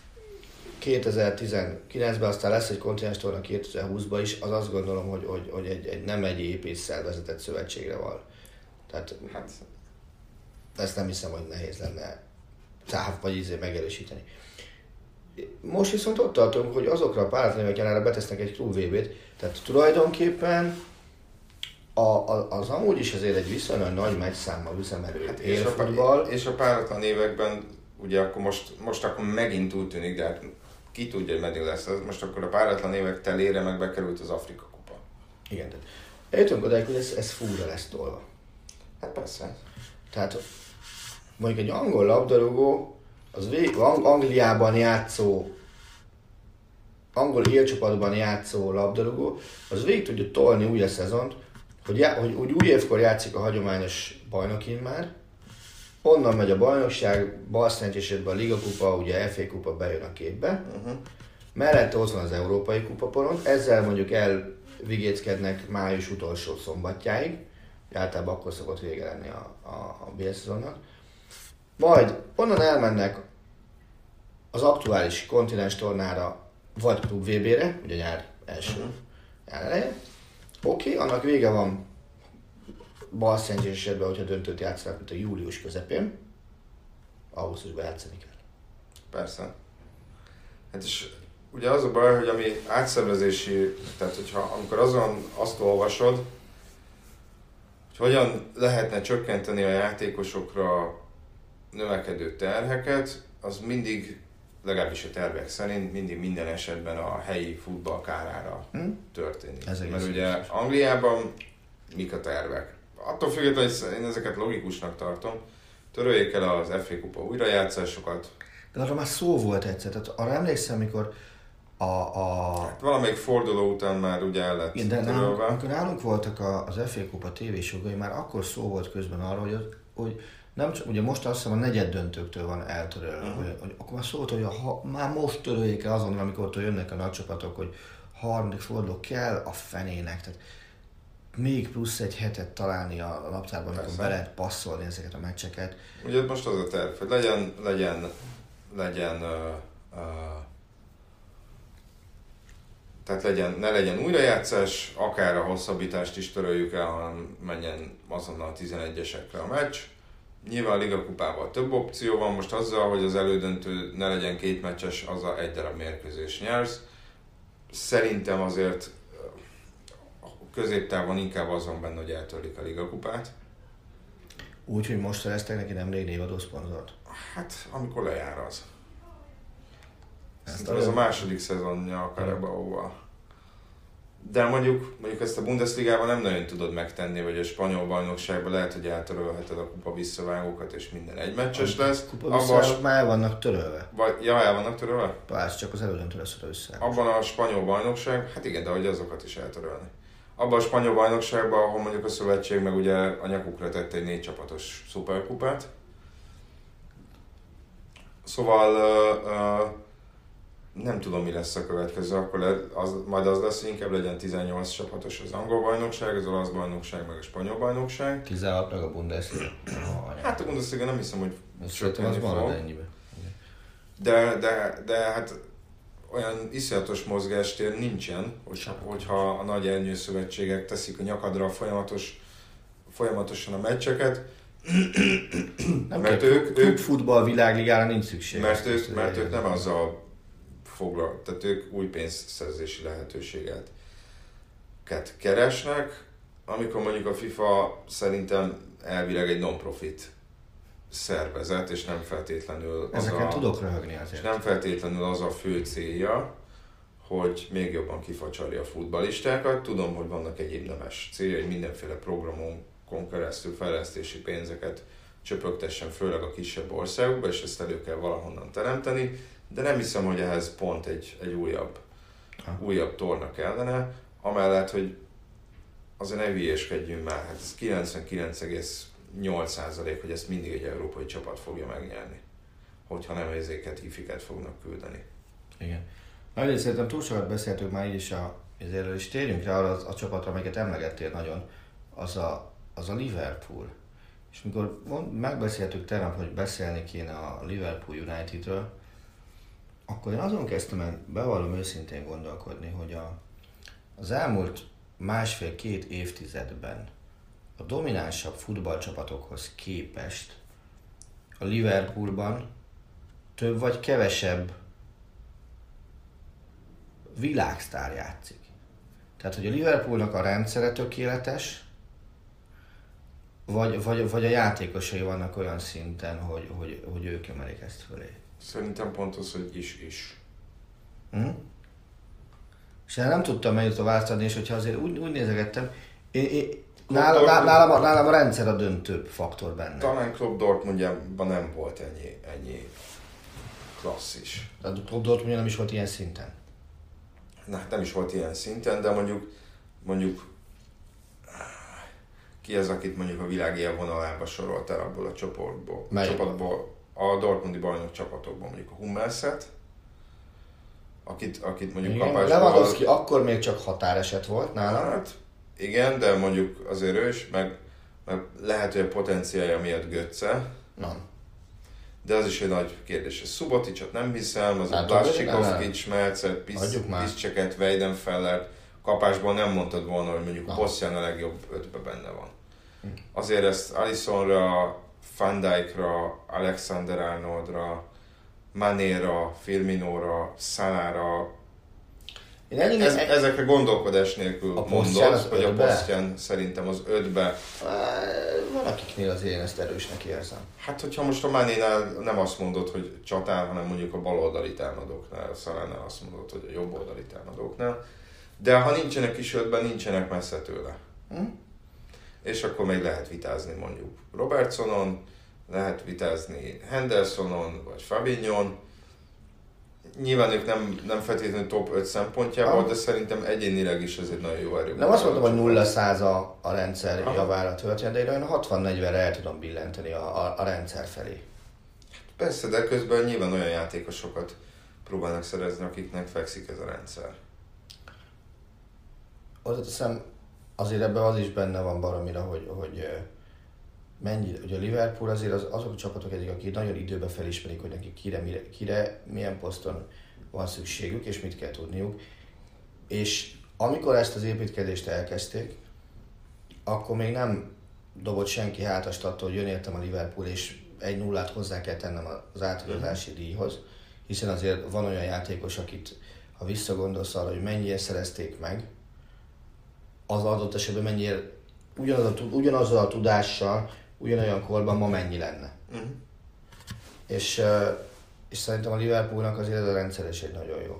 2019-ben, aztán lesz egy kontinens torna 2020-ban is, az azt gondolom, hogy egy nem egy épésszel vezetett szövetségre van. Tehát hát, ezt nem hiszem, hogy nehéz lenne vagy megerősíteni. Most viszont ott tartunk, hogy azokra a páratlanok nyarára betesznek egy klub VB-t, tehát tulajdonképpen az amúgy is azért egy viszonylag nagy meccsszámmal üzemelő élfutball. És a páratlan években, ugye akkor most akkor megint úgy tűnik, de hát ki tudja, hogy meddig lesz ez, most akkor a páratlan évek telére meg bekerült az Afrika Kupa. Igen, tehát eljutunk odáig, hogy ez fúra lesz tolva. Hát persze. Tehát mondjuk egy angol labdarúgó, az Angliában játszó, angol élcsapatban játszó labdarúgó, az végig tudja tolni úgy a szezont, hogy új évkor játszik a hagyományos bajnokin már, onnan megy a bajnokság, bal szerencsésetben a Liga Kupa, ugye FA Kupa bejön a képbe, mellette ott van az Európai Kupa poront, ezzel mondjuk elvigéckednek május utolsó szombatjáig, általában akkor szokott vége lenni a BL szezonnak. Majd onnan elmennek az aktuális kontinens tornára, vagy klub VB-re, ugye nyár első nyár eleje. Oké, annak vége van bal szerencsés esetben, hogyha döntőt játszanak, mint a július közepén. Augusztusban játszani kell. Persze. Hát és ugye az a baj, hogy ami átszervezési, tehát hogyha amikor azt olvasod, hogy hogyan lehetne csökkenteni a játékosokra növekedő terheket, az mindig, legalábbis a tervek szerint, mindig minden esetben a helyi futball kárára történik. Mert ugye Angliában mik a tervek? Attól függetlenül, hogy én ezeket logikusnak tartom, töröljék el az FA Kupa újrajátszásokat. De arra már szó volt egyszer, tehát arra emlékszem, mikor Hát valamelyik forduló után már ugye el lett törölve. Amikor nálunk voltak az FA Kupa tévésogai, már akkor szó volt közben arra, hogy nem csak, ugye most azt hiszem a negyed döntőktől van eltörölve, hogy akkor már szó volt, hogy már most töröljék el azon, amikor jönnek a nagy csapatok, hogy harmadik forduló kell a fenének, tehát még plusz egy hetet találni a naptárban, amikor be lehet passzolni ezeket a meccseket. Ugye most az a terv, hogy tehát ne legyen újrajátszás, akár a hosszabbítást is töröljük el, hanem menjen azonnal a 11-esekre a meccs. Nyilván a Liga kupával több opció van, most azzal, hogy az elődöntő ne legyen 2 meccses, azzal egy darab mérkőzés nyersz. Szerintem azért középtávon inkább azon benne, hogy eltörlik a Liga kupát. Úgy, hogy most szereztek neki nemrég névadó szponzort? Hát, amikor lejár az. Ez a második szezonja a Carabao-val. De mondjuk ezt a Bundesligában nem nagyon tudod megtenni, vagy a spanyol bajnokságban lehet, hogy eltörölheted a kupa visszavágókat, és minden egymeccses lesz. A kupa visszavágók már el vannak törölve. El vannak törölve? Persze, csak az elődöntő lesz a össze. Abban a spanyol bajnokság, hát igen, de hogy azokat is eltörölni. Abban a spanyol bajnokságban, ahol mondjuk a szövetség meg ugye a nyakukra tette egy 4 csapatos szuperkupát. Szóval nem tudom, mi lesz a következő, akkor majd az lesz, hogy inkább legyen 18 csapatos az angol bajnokság, az olasz bajnokság, meg a spanyol bajnokság. 16 meg a Bundesliga. Hát a Bundesliga nem hiszem, hogy csökkenni fog. De hát olyan iszonyatos mozgástér nincsen, hogyha a nagy ernyőszövetségek teszik a nyakadra folyamatosan a meccseket. Mert ők futball világligára nincs szükség. Mert ők nem azzal tehát ők új pénzszerzési lehetőséget keresnek, amikor mondjuk a FIFA szerintem elvileg egy non-profit szervezet, és nem feltétlenül tudok röhögni azért. És nem feltétlenül az a fő célja, hogy még jobban kifacsarja a futballistákat. Tudom, hogy vannak egyéb nemes célja, hogy mindenféle programonkon keresztül fejlesztési pénzeket csöpögtessen, főleg a kisebb országokba, és ezt elő kell valahonnan teremteni, de nem hiszem, hogy ehhez pont egy újabb torna kellene, amellett, hogy azért ne hülyéskedjünk már, hát ez 99,8%, hogy ezt mindig egy európai csapat fogja megnyerni, hogyha nem ezeket hifiket fognak küldeni. Igen. Nagyon szerintem túl sokat beszéltünk már így is, ezért is térjünk rá a csapatra, amiket emlegettél nagyon, az a Liverpool. És mikor megbeszéltük tegnap, hogy beszélni kéne a Liverpool Unitedről, akkor én azon kezdtem el, bevallom őszintén gondolkodni, hogy az elmúlt 1,5-2 évtizedben a dominánsabb futballcsapatokhoz képest a Liverpoolban több vagy kevesebb világsztár játszik. Tehát, hogy a Liverpoolnak a rendszere tökéletes, vagy a játékosai vannak olyan szinten, hogy ők emelik ezt fölé. Szerintem pont az, hogy is. És én nem tudtam mennyit választani, és hogyha azért úgy nézegettem, nálam a rendszer a döntőbb faktor benne. Talán Klopp Dortmundjában nem volt ennyi klasszis. A Klopp Dortmundja nem is volt ilyen szinten? Nem is volt ilyen szinten, de mondjuk ki az, akit mondjuk a világ élvonalába sorolt el abból a csapatból, a Dortmundi bajnok csapatokból, mondjuk a Hummelset, akit mondjuk kapásból... Lewandowski akkor még csak határeset volt nálam. Hát igen, de mondjuk azért ő is, meg lehet, hogy a potenciálja miatt Götze. Nem. de az is egy nagy kérdés. Suboticot nem hiszem, az a Blaszcsikovskic, Schmelzer, Piszcseket, Weidenfeller kapásból nem mondtad volna, hogy mondjuk Posztján a legjobb 5-ben benne van. Azért ezt Alissonra, Van Dijkra, Alexander Arnoldra, Manéra, Firminóra, Salára, ezekre gondolkodás nélkül mondod, hogy a Posztján szerintem az 5-be... Van akiknél azért én ezt erősnek érzem. Hát, hogyha most a Manénál nem azt mondod, hogy csatár, hanem mondjuk a baloldali támadóknál, a Szalánál azt mondod, hogy a jobboldali támadóknál. De ha nincsenek is 5-ben, nincsenek messze tőle. És akkor még lehet vitázni mondjuk Robertsonon, lehet vitázni Hendersonon, vagy Fabinhon. Nyilván ők nem feltétlenül top 5 szempontjából, de szerintem egyénileg is ez egy nagyon jó erő. Nem azt mondtam, hogy 0-100 a rendszer javára történt, de én olyan 60-40-re el tudom billenteni a rendszer felé. Persze, de közben nyilván olyan játékosokat próbálnak szerezni, akiknek fekszik ez a rendszer. Azt hiszem, azért ebben az is benne van baromira, hogy a Liverpool azért azok a csapatok egyik, akik nagyon időben felismerik, hogy nekik kire, milyen poszton van szükségük, és mit kell tudniuk. És amikor ezt az építkezést elkezdték, akkor még nem dobott senki hátast attól, hogy jön értem a Liverpool, és 1-0-át hozzá kell tennem az átigazolási díjhoz, hiszen azért van olyan játékos, akit, ha visszagondolsz arra, hogy mennyire szerezték meg, az adott esetben mennyire ugyanazzal a tudással, ugyanolyan korban ma mennyi lenne. És szerintem a Liverpoolnak azért ez a rendszer is egy nagyon jó.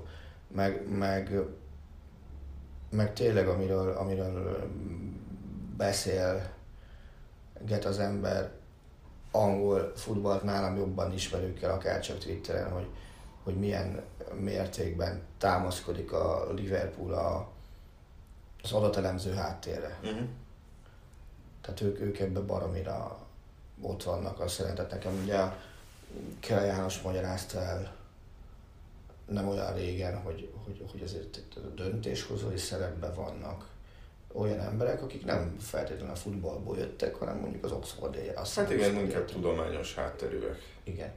Meg tényleg, amiről beszélget az ember angol futballt nálam jobban ismerőkkel, akár csak Twitteren, hogy milyen mértékben támaszkodik a Liverpool az adatelemző háttérre. Tehát ők ebben baromira ott vannak, azt jelentett nekem. Ugye Kell János magyarázta el nem olyan régen, hogy azért a döntéshozói szerepben vannak olyan emberek, akik nem feltétlenül a futballból jöttek, hanem mondjuk az Oxfordért. Hát igen, inkább tudományos hátterűek. Igen.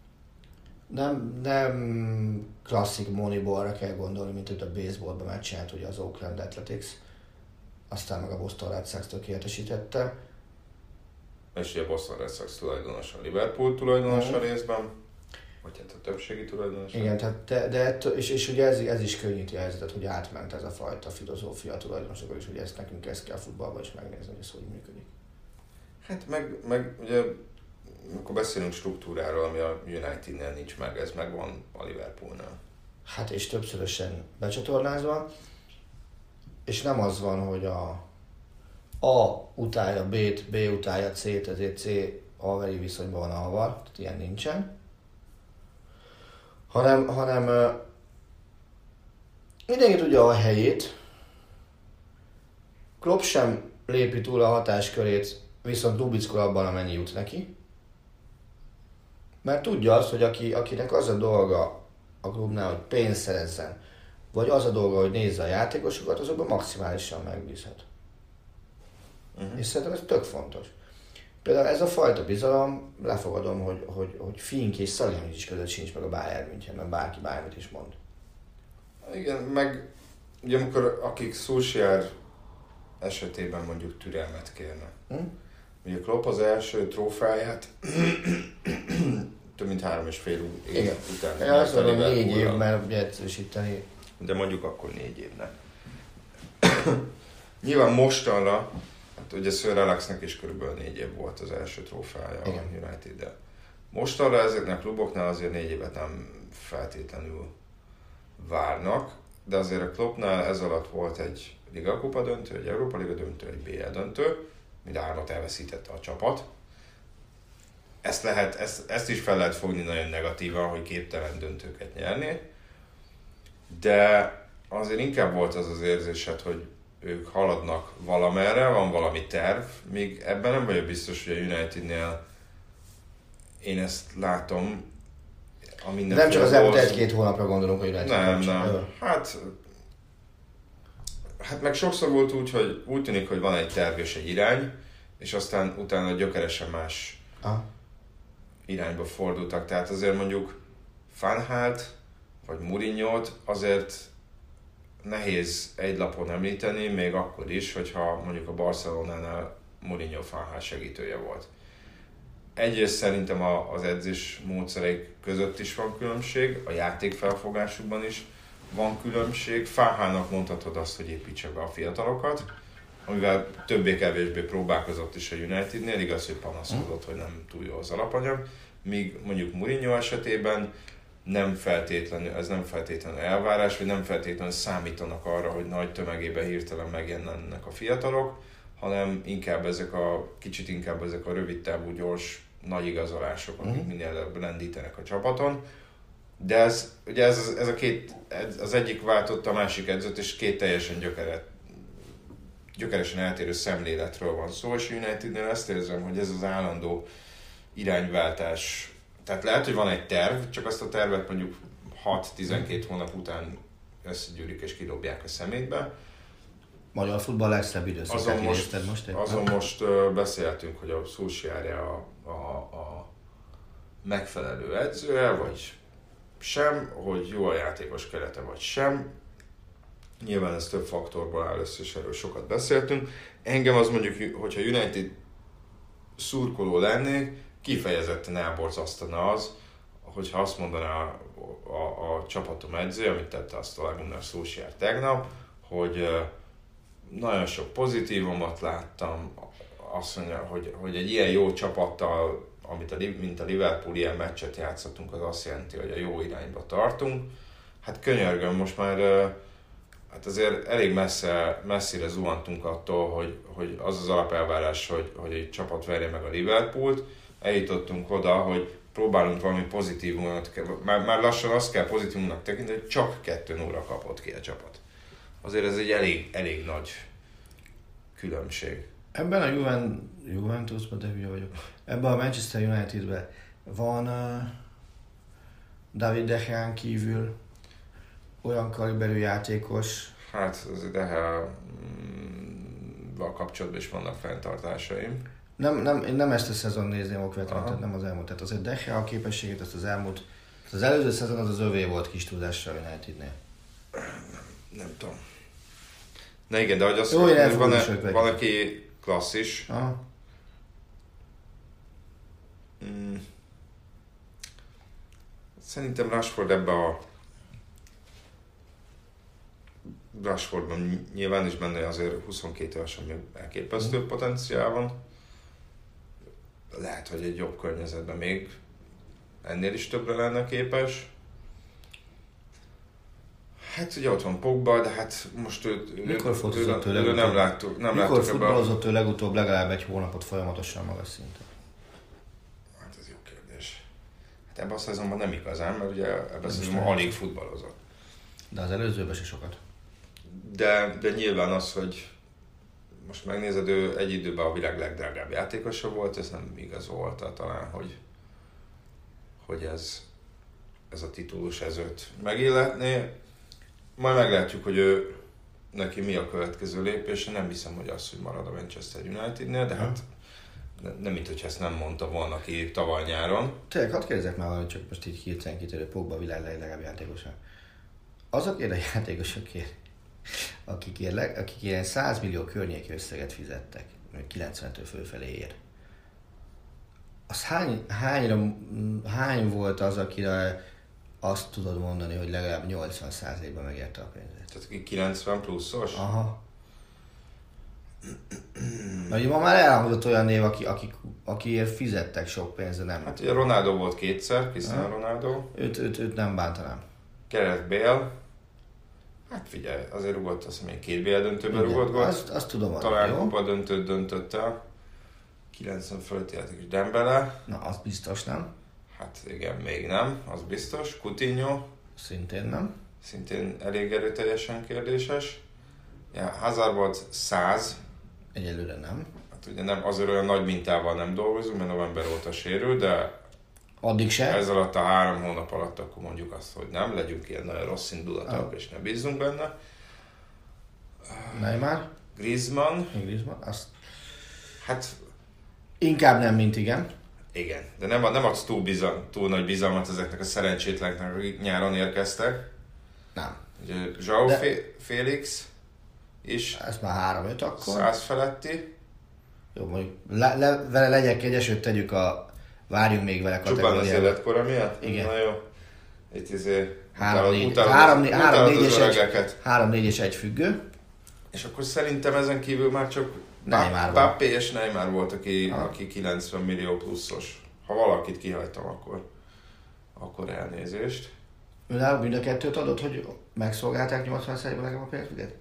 Nem klasszik Moneyballra kell gondolni, mint hogy a baseballban megcsinált ugye az Oakland Athletics, aztán meg a Boston Red Sox tökéletesítette. És ugye a Boston Red Sox tulajdonos a Liverpool tulajdonos a részben, vagy hát a többségi tulajdonos. Igen, tehát és ugye ez is könnyíti a helyzetet, hogy átment ez a fajta filozófia a tulajdonosokról, és hogy nekünk ezt kell a futballban is megnézni, hogy ez hogy működik. Hát meg ugye, akkor beszélünk struktúráról, ami a Unitednél nincs meg, ez megvan a Liverpoolnál. Hát és többszörösen becsatornázva, és nem az van, hogy A utálja B-t, B utálja C-t, ezért C alveri viszonyban van A-val, tehát ilyen nincsen. Hanem mindenki tudja a helyét, Klopp sem lépi túl a hatáskörét, viszont dubickol abban, amennyi jut neki. Mert tudja azt, hogy akinek az a dolga a klubnál, hogy pénzt szerezzen, vagy az a dolga, hogy nézze a játékosokat, azokban maximálisan megbízhat. És szerintem ez tök fontos. Például ez a fajta bizalom, lefogadom, hogy Fink és Salihamidzic között sincs meg a Bayern Münchenben, bárki bármit is mond. Igen, meg ugye amikor akik Solskjaer esetében mondjuk türelmet kérne. Ugye Klopp az első trófeáját több mint 3,5 év után. Igen, azt mondom 4 év, mert egyszerűsíteni. De mondjuk akkor 4 évnek. Nyilván mostanra, hát ugye Sir Alexnek is körülbelül 4 év volt az első trófeája a United-del. Mostanra ezeknek a kluboknál azért 4 évet nem feltétlenül várnak, de azért a Kloppnál ez alatt volt egy Liga Kupa döntő, egy Európa Liga döntő, egy BL döntő, mind 3-at elveszítette a csapat. Ezt is fel lehet fogni nagyon negatívan, hogy képtelen döntőket nyerni, de azért inkább volt az érzésed, hogy ők haladnak valamerre, van valami terv, míg ebben nem vagyok biztos, hogy a Unitednél én ezt látom. Nem csak az elmúlt 1-2 hónapra gondolunk, hogy United nem. Hát meg sokszor volt úgy, hogy úgy tűnik, hogy van egy terv és egy irány, és aztán utána gyökeresen más irányba fordultak. Tehát azért mondjuk Van Gaalt vagy Mourinhót azért nehéz egy lapon említeni, még akkor is, hogyha mondjuk a Barcelonánál Mourinho Van Gaal segítője volt. Egyrészt szerintem az edzés módszerek között is van különbség, a játékfelfogásukban is van különbség. Van Gaalnak mondhatod azt, hogy építse be a fiatalokat, amivel többé-kevésbé próbálkozott is a Unitednél, igaz, hogy panaszkodott, hogy nem túl jó az alapanyag, míg mondjuk Mourinho esetében ez nem feltétlenül elvárás, vagy nem feltétlenül számítanak arra, hogy nagy tömegében hirtelen megjelennek a fiatalok, hanem kicsit inkább ezek a rövid távú, gyors, nagy igazolások, amik minél előbb lendítenek a csapaton. De ez az egyik váltott a másik edzőt, és két teljesen gyökeresen eltérő szemléletről van szó, és a Unitednél ezt érzem, hogy ez az állandó irányváltás. Tehát lehet, hogy van egy terv, csak azt a tervet mondjuk 6-12 hónap után összegyűrik és kidobják a szemétbe. Magyar futball legszebb időszakát idézted most éppen. Azon most beszéltünk, hogy a Solskjaer a megfelelő edzője, vagy sem, hogy jó a játékos kerete, vagy sem. Nyilván ez több faktorból áll össze, és erről sokat beszéltünk. Engem az mondjuk, hogyha United szurkoló lennék, kifejezetten elborzasztana az, hogyha azt mondaná a csapatom edzője, amit tette azt a Gunnar Solskjaer tegnap, hogy nagyon sok pozitívumot láttam, azt mondja, hogy egy ilyen jó csapattal, mint a Liverpool, ilyen meccset játszottunk, az azt jelenti, hogy a jó irányba tartunk. Hát könyörgöm, most már hát azért elég messzire zuhantunk attól, hogy az az alapelvárás, hogy egy csapat verje meg a Liverpoolt. Eljutottunk oda, hogy próbálunk valami pozitívumot, már lassan azt kell pozitívumnak tekinteni, hogy csak 2-0-ra kapott ki a csapat. Azért ez egy elég nagy különbség. Ebben a Juventusban, de hülye vagyok, ebben a Manchester Unitedben van David De Gea kívül olyan kaliberű játékos. Hát az De Gea-val kapcsolatban is vannak fenntartásaim. Én nem ezt a szezon nézném okvetlenül, tehát nem az elmúlt. Tehát azért De Gea a képességét, az előző szezon az övé volt kis túlzással a Unitednél. Nem tudom. Na igen, de hogy azt mondja, hogy van aki klasszis. Aha. Szerintem Rashfordban nyilván is benne azért 22 évesen még elképesztő potenciál van. Lehet, hogy egy jobb környezetben még ennél is többre lenne képes. Hát ugye ott van Pogba, de hát most Mikor futballozott ő legutóbb legalább egy hónapot folyamatosan magas szinten? Hát ez jó kérdés. Hát ebben a szezonban nem igazán, mert ugye ebben a szezonban alig futballozott. De az előzőben se sokat. De nyilván az, hogy most megnézed, ő egy időben a világ legdrágább játékosa volt, ez nem igazolta talán, hogy ez a titulus őt megilletné. Majd meglátjuk, hogy neki mi a következő lépése. Nem hiszem, hogy az, hogy marad a Manchester Unitednél, de hát nem mint, hogy ezt nem mondta volna ki tavaly nyáron. Tényleg, hadd kérdezzek már valamit, csak most így hirtelen kitérő, Pogba a világ legdrágább játékosa. Azokért a játékosokért, akik ilyen 100 millió környéki összeget fizettek, 90-től fölfelé ér. Az hány volt az, akire azt tudod mondani, hogy legalább 80%-ban megérte a pénzét? Tehát 90 pluszos? Aha. Ma már elhangzott olyan név, akiért fizettek sok pénzt, nem. Hát ugye Ronaldo volt kétszer, Cristiano Ronaldo. Őt nem bántanám. Gareth Bale. Hát figyelj, azért rúgott, azt hiszem, 2 BL döntőben rúgott gólt. Azt tudom. Talán kupa döntőt döntött el. 90 fölötti játékos Dembele. Na, az biztos nem. Hát igen, még nem, az biztos. Coutinho. Szintén nem. Szintén elég erőteljesen kérdéses. Ja, Hazard volt 100. Egyelőre nem. Hát ugye nem, azért olyan nagy mintával nem dolgozunk, mert november óta sérül, de addig se. Ez alatt a 3 hónap alatt akkor mondjuk azt, hogy nem, legyünk ilyen nagyon rossz indulatok, és ne bízzunk benne. Neymar. Griezmann. Azt... Hát... Inkább nem, mint igen. Igen, de nem adsz túl nagy bizalmat ezeknek a szerencsétleneknek, akik nyáron érkeztek. Nem. Ugye João Félix is. Ez már 3-5 akkor. 100 feletti. Jó, mondjuk vele legyek kegyes, hogy tegyük várjunk még vele kategóriába. Csupán az életkora miatt? Igen. Na jó. Itt 3-4 és 1 függő. És akkor szerintem ezen kívül már csak Mbappé és Neymar volt, aki 90 millió pluszos. Ha valakit kihagytam, akkor elnézést. Önálló mind a kettőt adott, hogy megszolgálták 80%-ban legalább a pénzüket?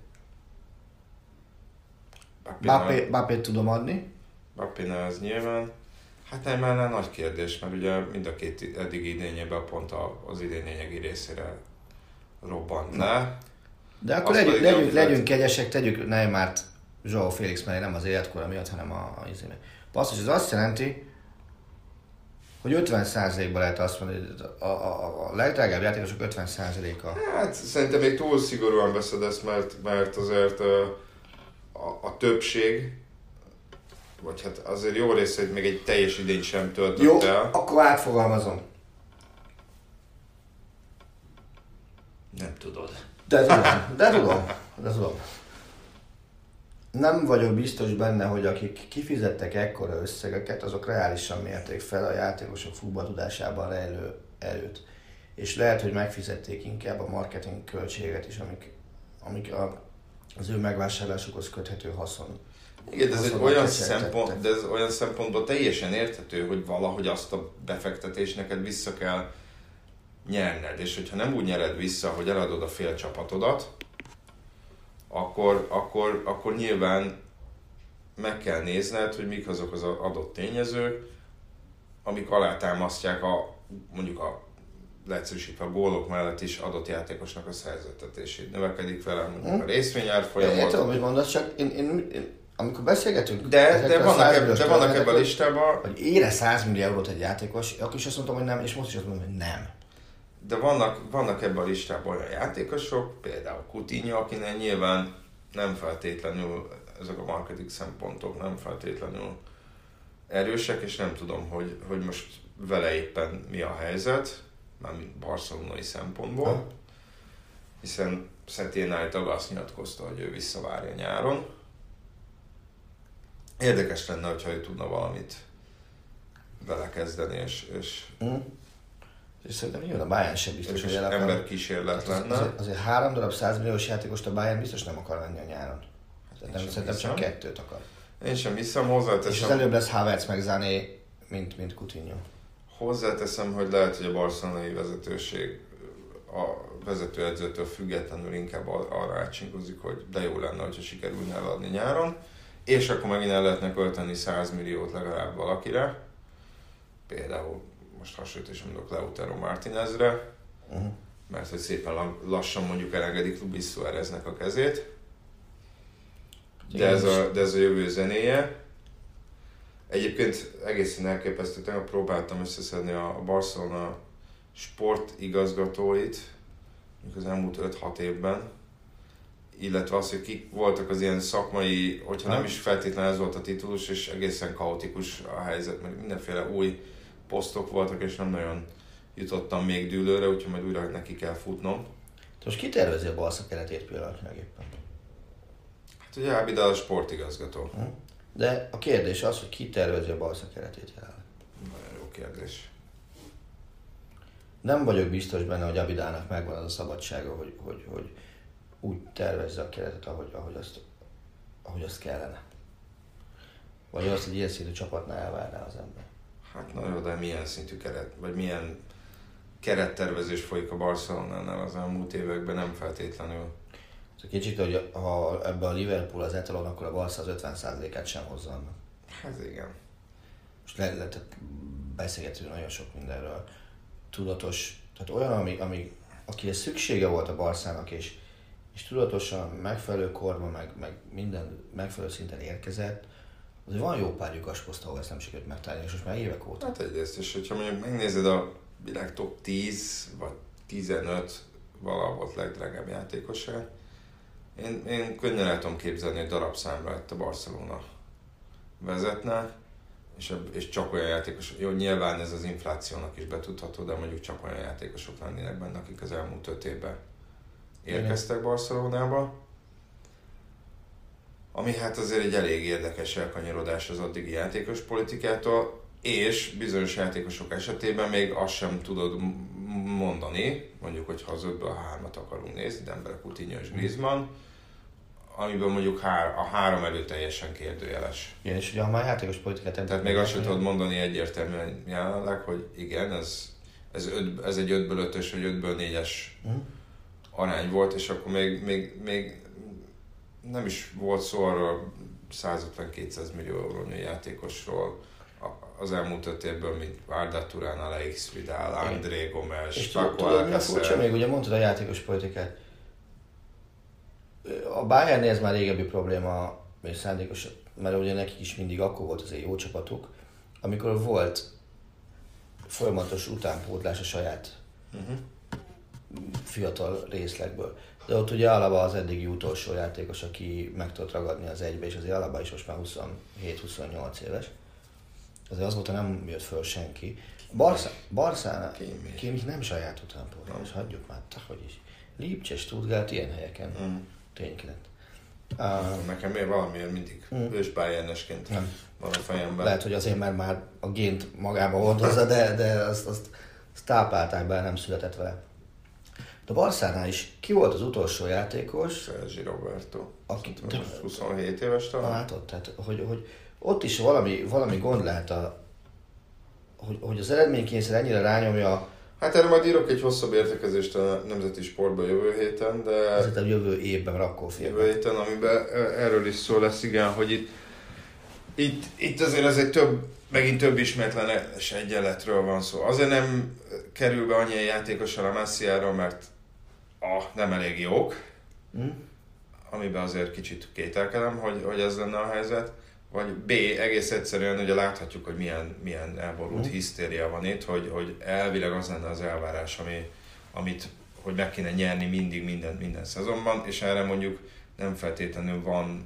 Mbappét tudom adni. Mbappénál ez nyilván. Hát Neymarnál nagy kérdés, mert ugye mind a két eddig idényében pont az idén lényegi részére robbant le. De akkor legyünk kegyesek, tegyük Neymart João Félix mellé, nem az életkora miatt, hanem a izének. Basszus, ez azt jelenti, hogy 50%-ban lehet azt mondani, hogy a legdrágább játékosok 50%-a. Hát szerintem még túl szigorúan veszed ezt, mert azért a többség, vagy hát azért jó része, hogy még egy teljes idényt sem töltött el. Jó, akkor átfogalmazom. Nem tudod. De tudom. Nem vagyok biztos benne, hogy akik kifizettek ekkora összegeket, azok reálisan mérték fel a játékosok futballtudásában rejlő erőt. És lehet, hogy megfizették inkább a marketing költséget is, amik az ő megvásárlásukhoz köthető haszon. Igen, de ez olyan szempontból teljesen érthető, hogy valahogy azt a befektetést neked vissza kell nyerned. És hogyha nem úgy nyered vissza, hogy eladod a fél csapatodat, akkor nyilván meg kell nézned, hogy mik azok az adott tényezők, amik alátámasztják mondjuk leegyszerűsítve a gólok mellett is adott játékosnak a szerződtetését. Növekedik vele mondjuk a részvényárfolyam. Én tudom, hogy mondod, csak én amikor beszélgetünk... De vannak ebben a listában... Hogy ére 100 millió eurót egy játékos, akkor is azt mondtam, hogy nem, és most is azt mondom, hogy nem. De vannak ebben a listában olyan játékosok, például Coutinho, akinek nyilván nem feltétlenül ezek a marketing szempontok nem feltétlenül erősek, és nem tudom, hogy most vele éppen mi a helyzet, mármint barcelonai szempontból, hiszen Setien állítólag azt nyilatkozta, hogy ő visszavárja nyáron. Érdekes lenne, hogyha ő tudna valamit vele kezdeni, és és szerintem jön a Bayern sem biztos, hogy ember kísérlet lenne. Azért 3 darab 100 milliós játékost a Bayern biztos nem akar venni a nyáron. Szerintem csak 2 akar. Én sem hiszem, hozzáteszem. És az előbb lesz Havertz meg Sané, mint Coutinho. Hozzáteszem, hogy lehet, hogy a barcelonai vezetőség a vezetőedzőtől függetlenül inkább arra átcsinkozik, hogy de jó lenne, hogyha sikerülne eladni nyáron, és akkor megint el lehetne költeni 100 milliót legalább valakire. Például most hasonlításom mondok Lautaro Martinezre, mert hogy szépen lassan mondjuk elengedik Luis Suáreznek a kezét. De ez a jövő zenéje. Egyébként egészen elképesztő, tegnap próbáltam összeszedni a Barcelona sportigazgatóit az elmúlt 5-6 évben, illetve az, hogy kik voltak az ilyen szakmai, hogyha nem is feltétlenül ez volt a titulus, és egészen kaotikus a helyzet, mert mindenféle új posztok voltak, és nem nagyon jutottam még dűlőre, úgyhogy majd újra neki kell futnom. Most ki tervezi a Barca keretét pillanatnyilag éppen? Hát ugye Abidal a sportigazgató. De a kérdés az, hogy ki tervezi a Barca keretét jelenleg. Nagyon jó kérdés. Nem vagyok biztos benne, hogy Abidalnak megvan az a szabadsága, hogy úgy tervezze a keretet, ahogy azt kellene. Vagy azt egy ilyen szintű csapatnál elvárná az ember. Hát na jó, de milyen szintű keret, vagy milyen kerettervezés folyik a Barcelonánál az elmúlt években, nem feltétlenül. Kicsit, hogy ha ebben a Liverpool az etalon, akkor a Barca az 50%-át sem hozza annak. Hát igen. Most lehet beszélgetünk nagyon sok mindenről. Tudatos, tehát olyan, akihez szüksége volt a Barszának, és tudatosan megfelelő korban, meg minden megfelelő szinten érkezett, azért van jó pár lyukas poszt, ahol ezt nem sikerült megtalálni, és most már évek óta. Hát egyrészt, és hogyha mondjuk megnézed a világ top 10 vagy 15 valahol volt legdrágább játékosát, én könnyen el tudom képzelni, hogy darabszámra lett a Barcelona vezetne, és csak olyan játékosok, jó, nyilván ez az inflációnak is betudható, de mondjuk csak olyan játékosok lennének benne, akik az elmúlt 5 évben érkeztek Barcelonába. Ami hát azért egy elég érdekes elkanyarodás az addigi játékos politikától, és bizonyos játékosok esetében még azt sem tudod mondani, mondjuk, hogy ha az 5-ből 3-at akarunk nézni, Dembele, Coutinho és Griezmann, amiből mondjuk a 3 teljesen kérdőjeles. Igen, és ugye ha már játékos politikát... Tehát még azt sem tudod mondani egyértelműen jelenleg, hogy igen, ez egy 5-ből 5-ös vagy 5-ből 4-es arány volt, és akkor még nem is volt szó arról 150-200 millió eurónyi játékosról az elmúlt 5 évből, mint Arda Turán, Alex Vidal, André Gomes, és tudod, mi a furcsa még, ugye mondtad a játékos politikát. A Bayernnél ez már régebbi probléma, és szándékos, mert ugye nekik is mindig akkor volt azért jó csapatuk, amikor volt folyamatos utánpótlás a saját fiatal részlegből. De ott ugye Alaba az eddigi utolsó játékos, aki meg tudott ragadni az egybe, és azért Alaba is most már 27-28 éves. Azért azóta nem jött föl senki. Barszánál Kimmich nem saját utánpótlás, hagyjuk már, hogy is. Lipcse, Stuttgart ilyen helyeken ténykedett. Nekem még valamiért mindig ős Bayernesként van a fejemben. Lehet, hogy azért, mert már a gént magába hordozza, de azt táplálták be, nem született vele. De Barszánál is ki volt az utolsó játékos? Sergi Roberto. Aki 27 éves talán. Látod, tehát hogy ott is valami gond lehet, hogy az eredménykényszer ennyire rányomja. Hát erre majd írok egy hosszabb értekezést a Nemzeti Sportban jövő héten, de... Ezért a jövő évben, rakkó félben. Jövő héten, amiben erről is szó lesz, igen, hogy itt azért ez egy megint több ismeretlenes egyenletről van szó. Azért nem kerül be annyi játékosan a Messiáról, mert nem elég jók, amiben azért kicsit kételkedem, hogy ez lenne a helyzet. Vagy B, egész egyszerűen ugye láthatjuk, hogy milyen elborult hisztéria van itt, hogy elvileg az lenne az elvárás, hogy meg kéne nyerni mindig minden szezonban, és erre mondjuk nem feltétlenül van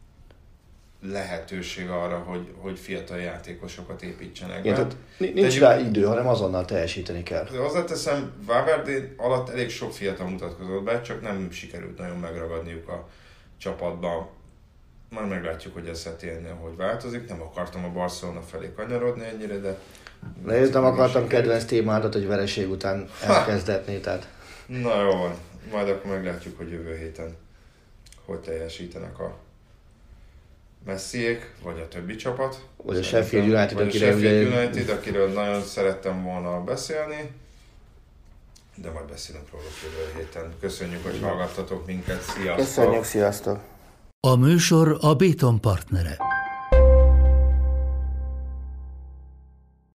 lehetőség arra, hogy fiatal játékosokat építsenek be. Tehát nincs rá idő, hanem azonnal teljesíteni kell. Hozzáteszem, Valverde alatt elég sok fiatal mutatkozott be, csak nem sikerült nagyon megragadniuk a csapatban. Már meglátjuk, hogy ez hetén hogy változik. Nem akartam a Barcelona felé kanyarodni ennyire, de... Nézd, nem akartam kedvenc témádat, hogy vereség után elkezdetné, tehát... Na jó van, majd akkor meglátjuk, hogy jövő héten hogy teljesítenek a Messiék, vagy a többi csapat. Vagy a Sheffield United, akiről nagyon szerettem volna beszélni. De majd beszélünk róluk jövő héten. Köszönjük, hogy hallgattatok minket. Sziasztok! Köszönjük, sziasztok! A műsor a Béton partnere.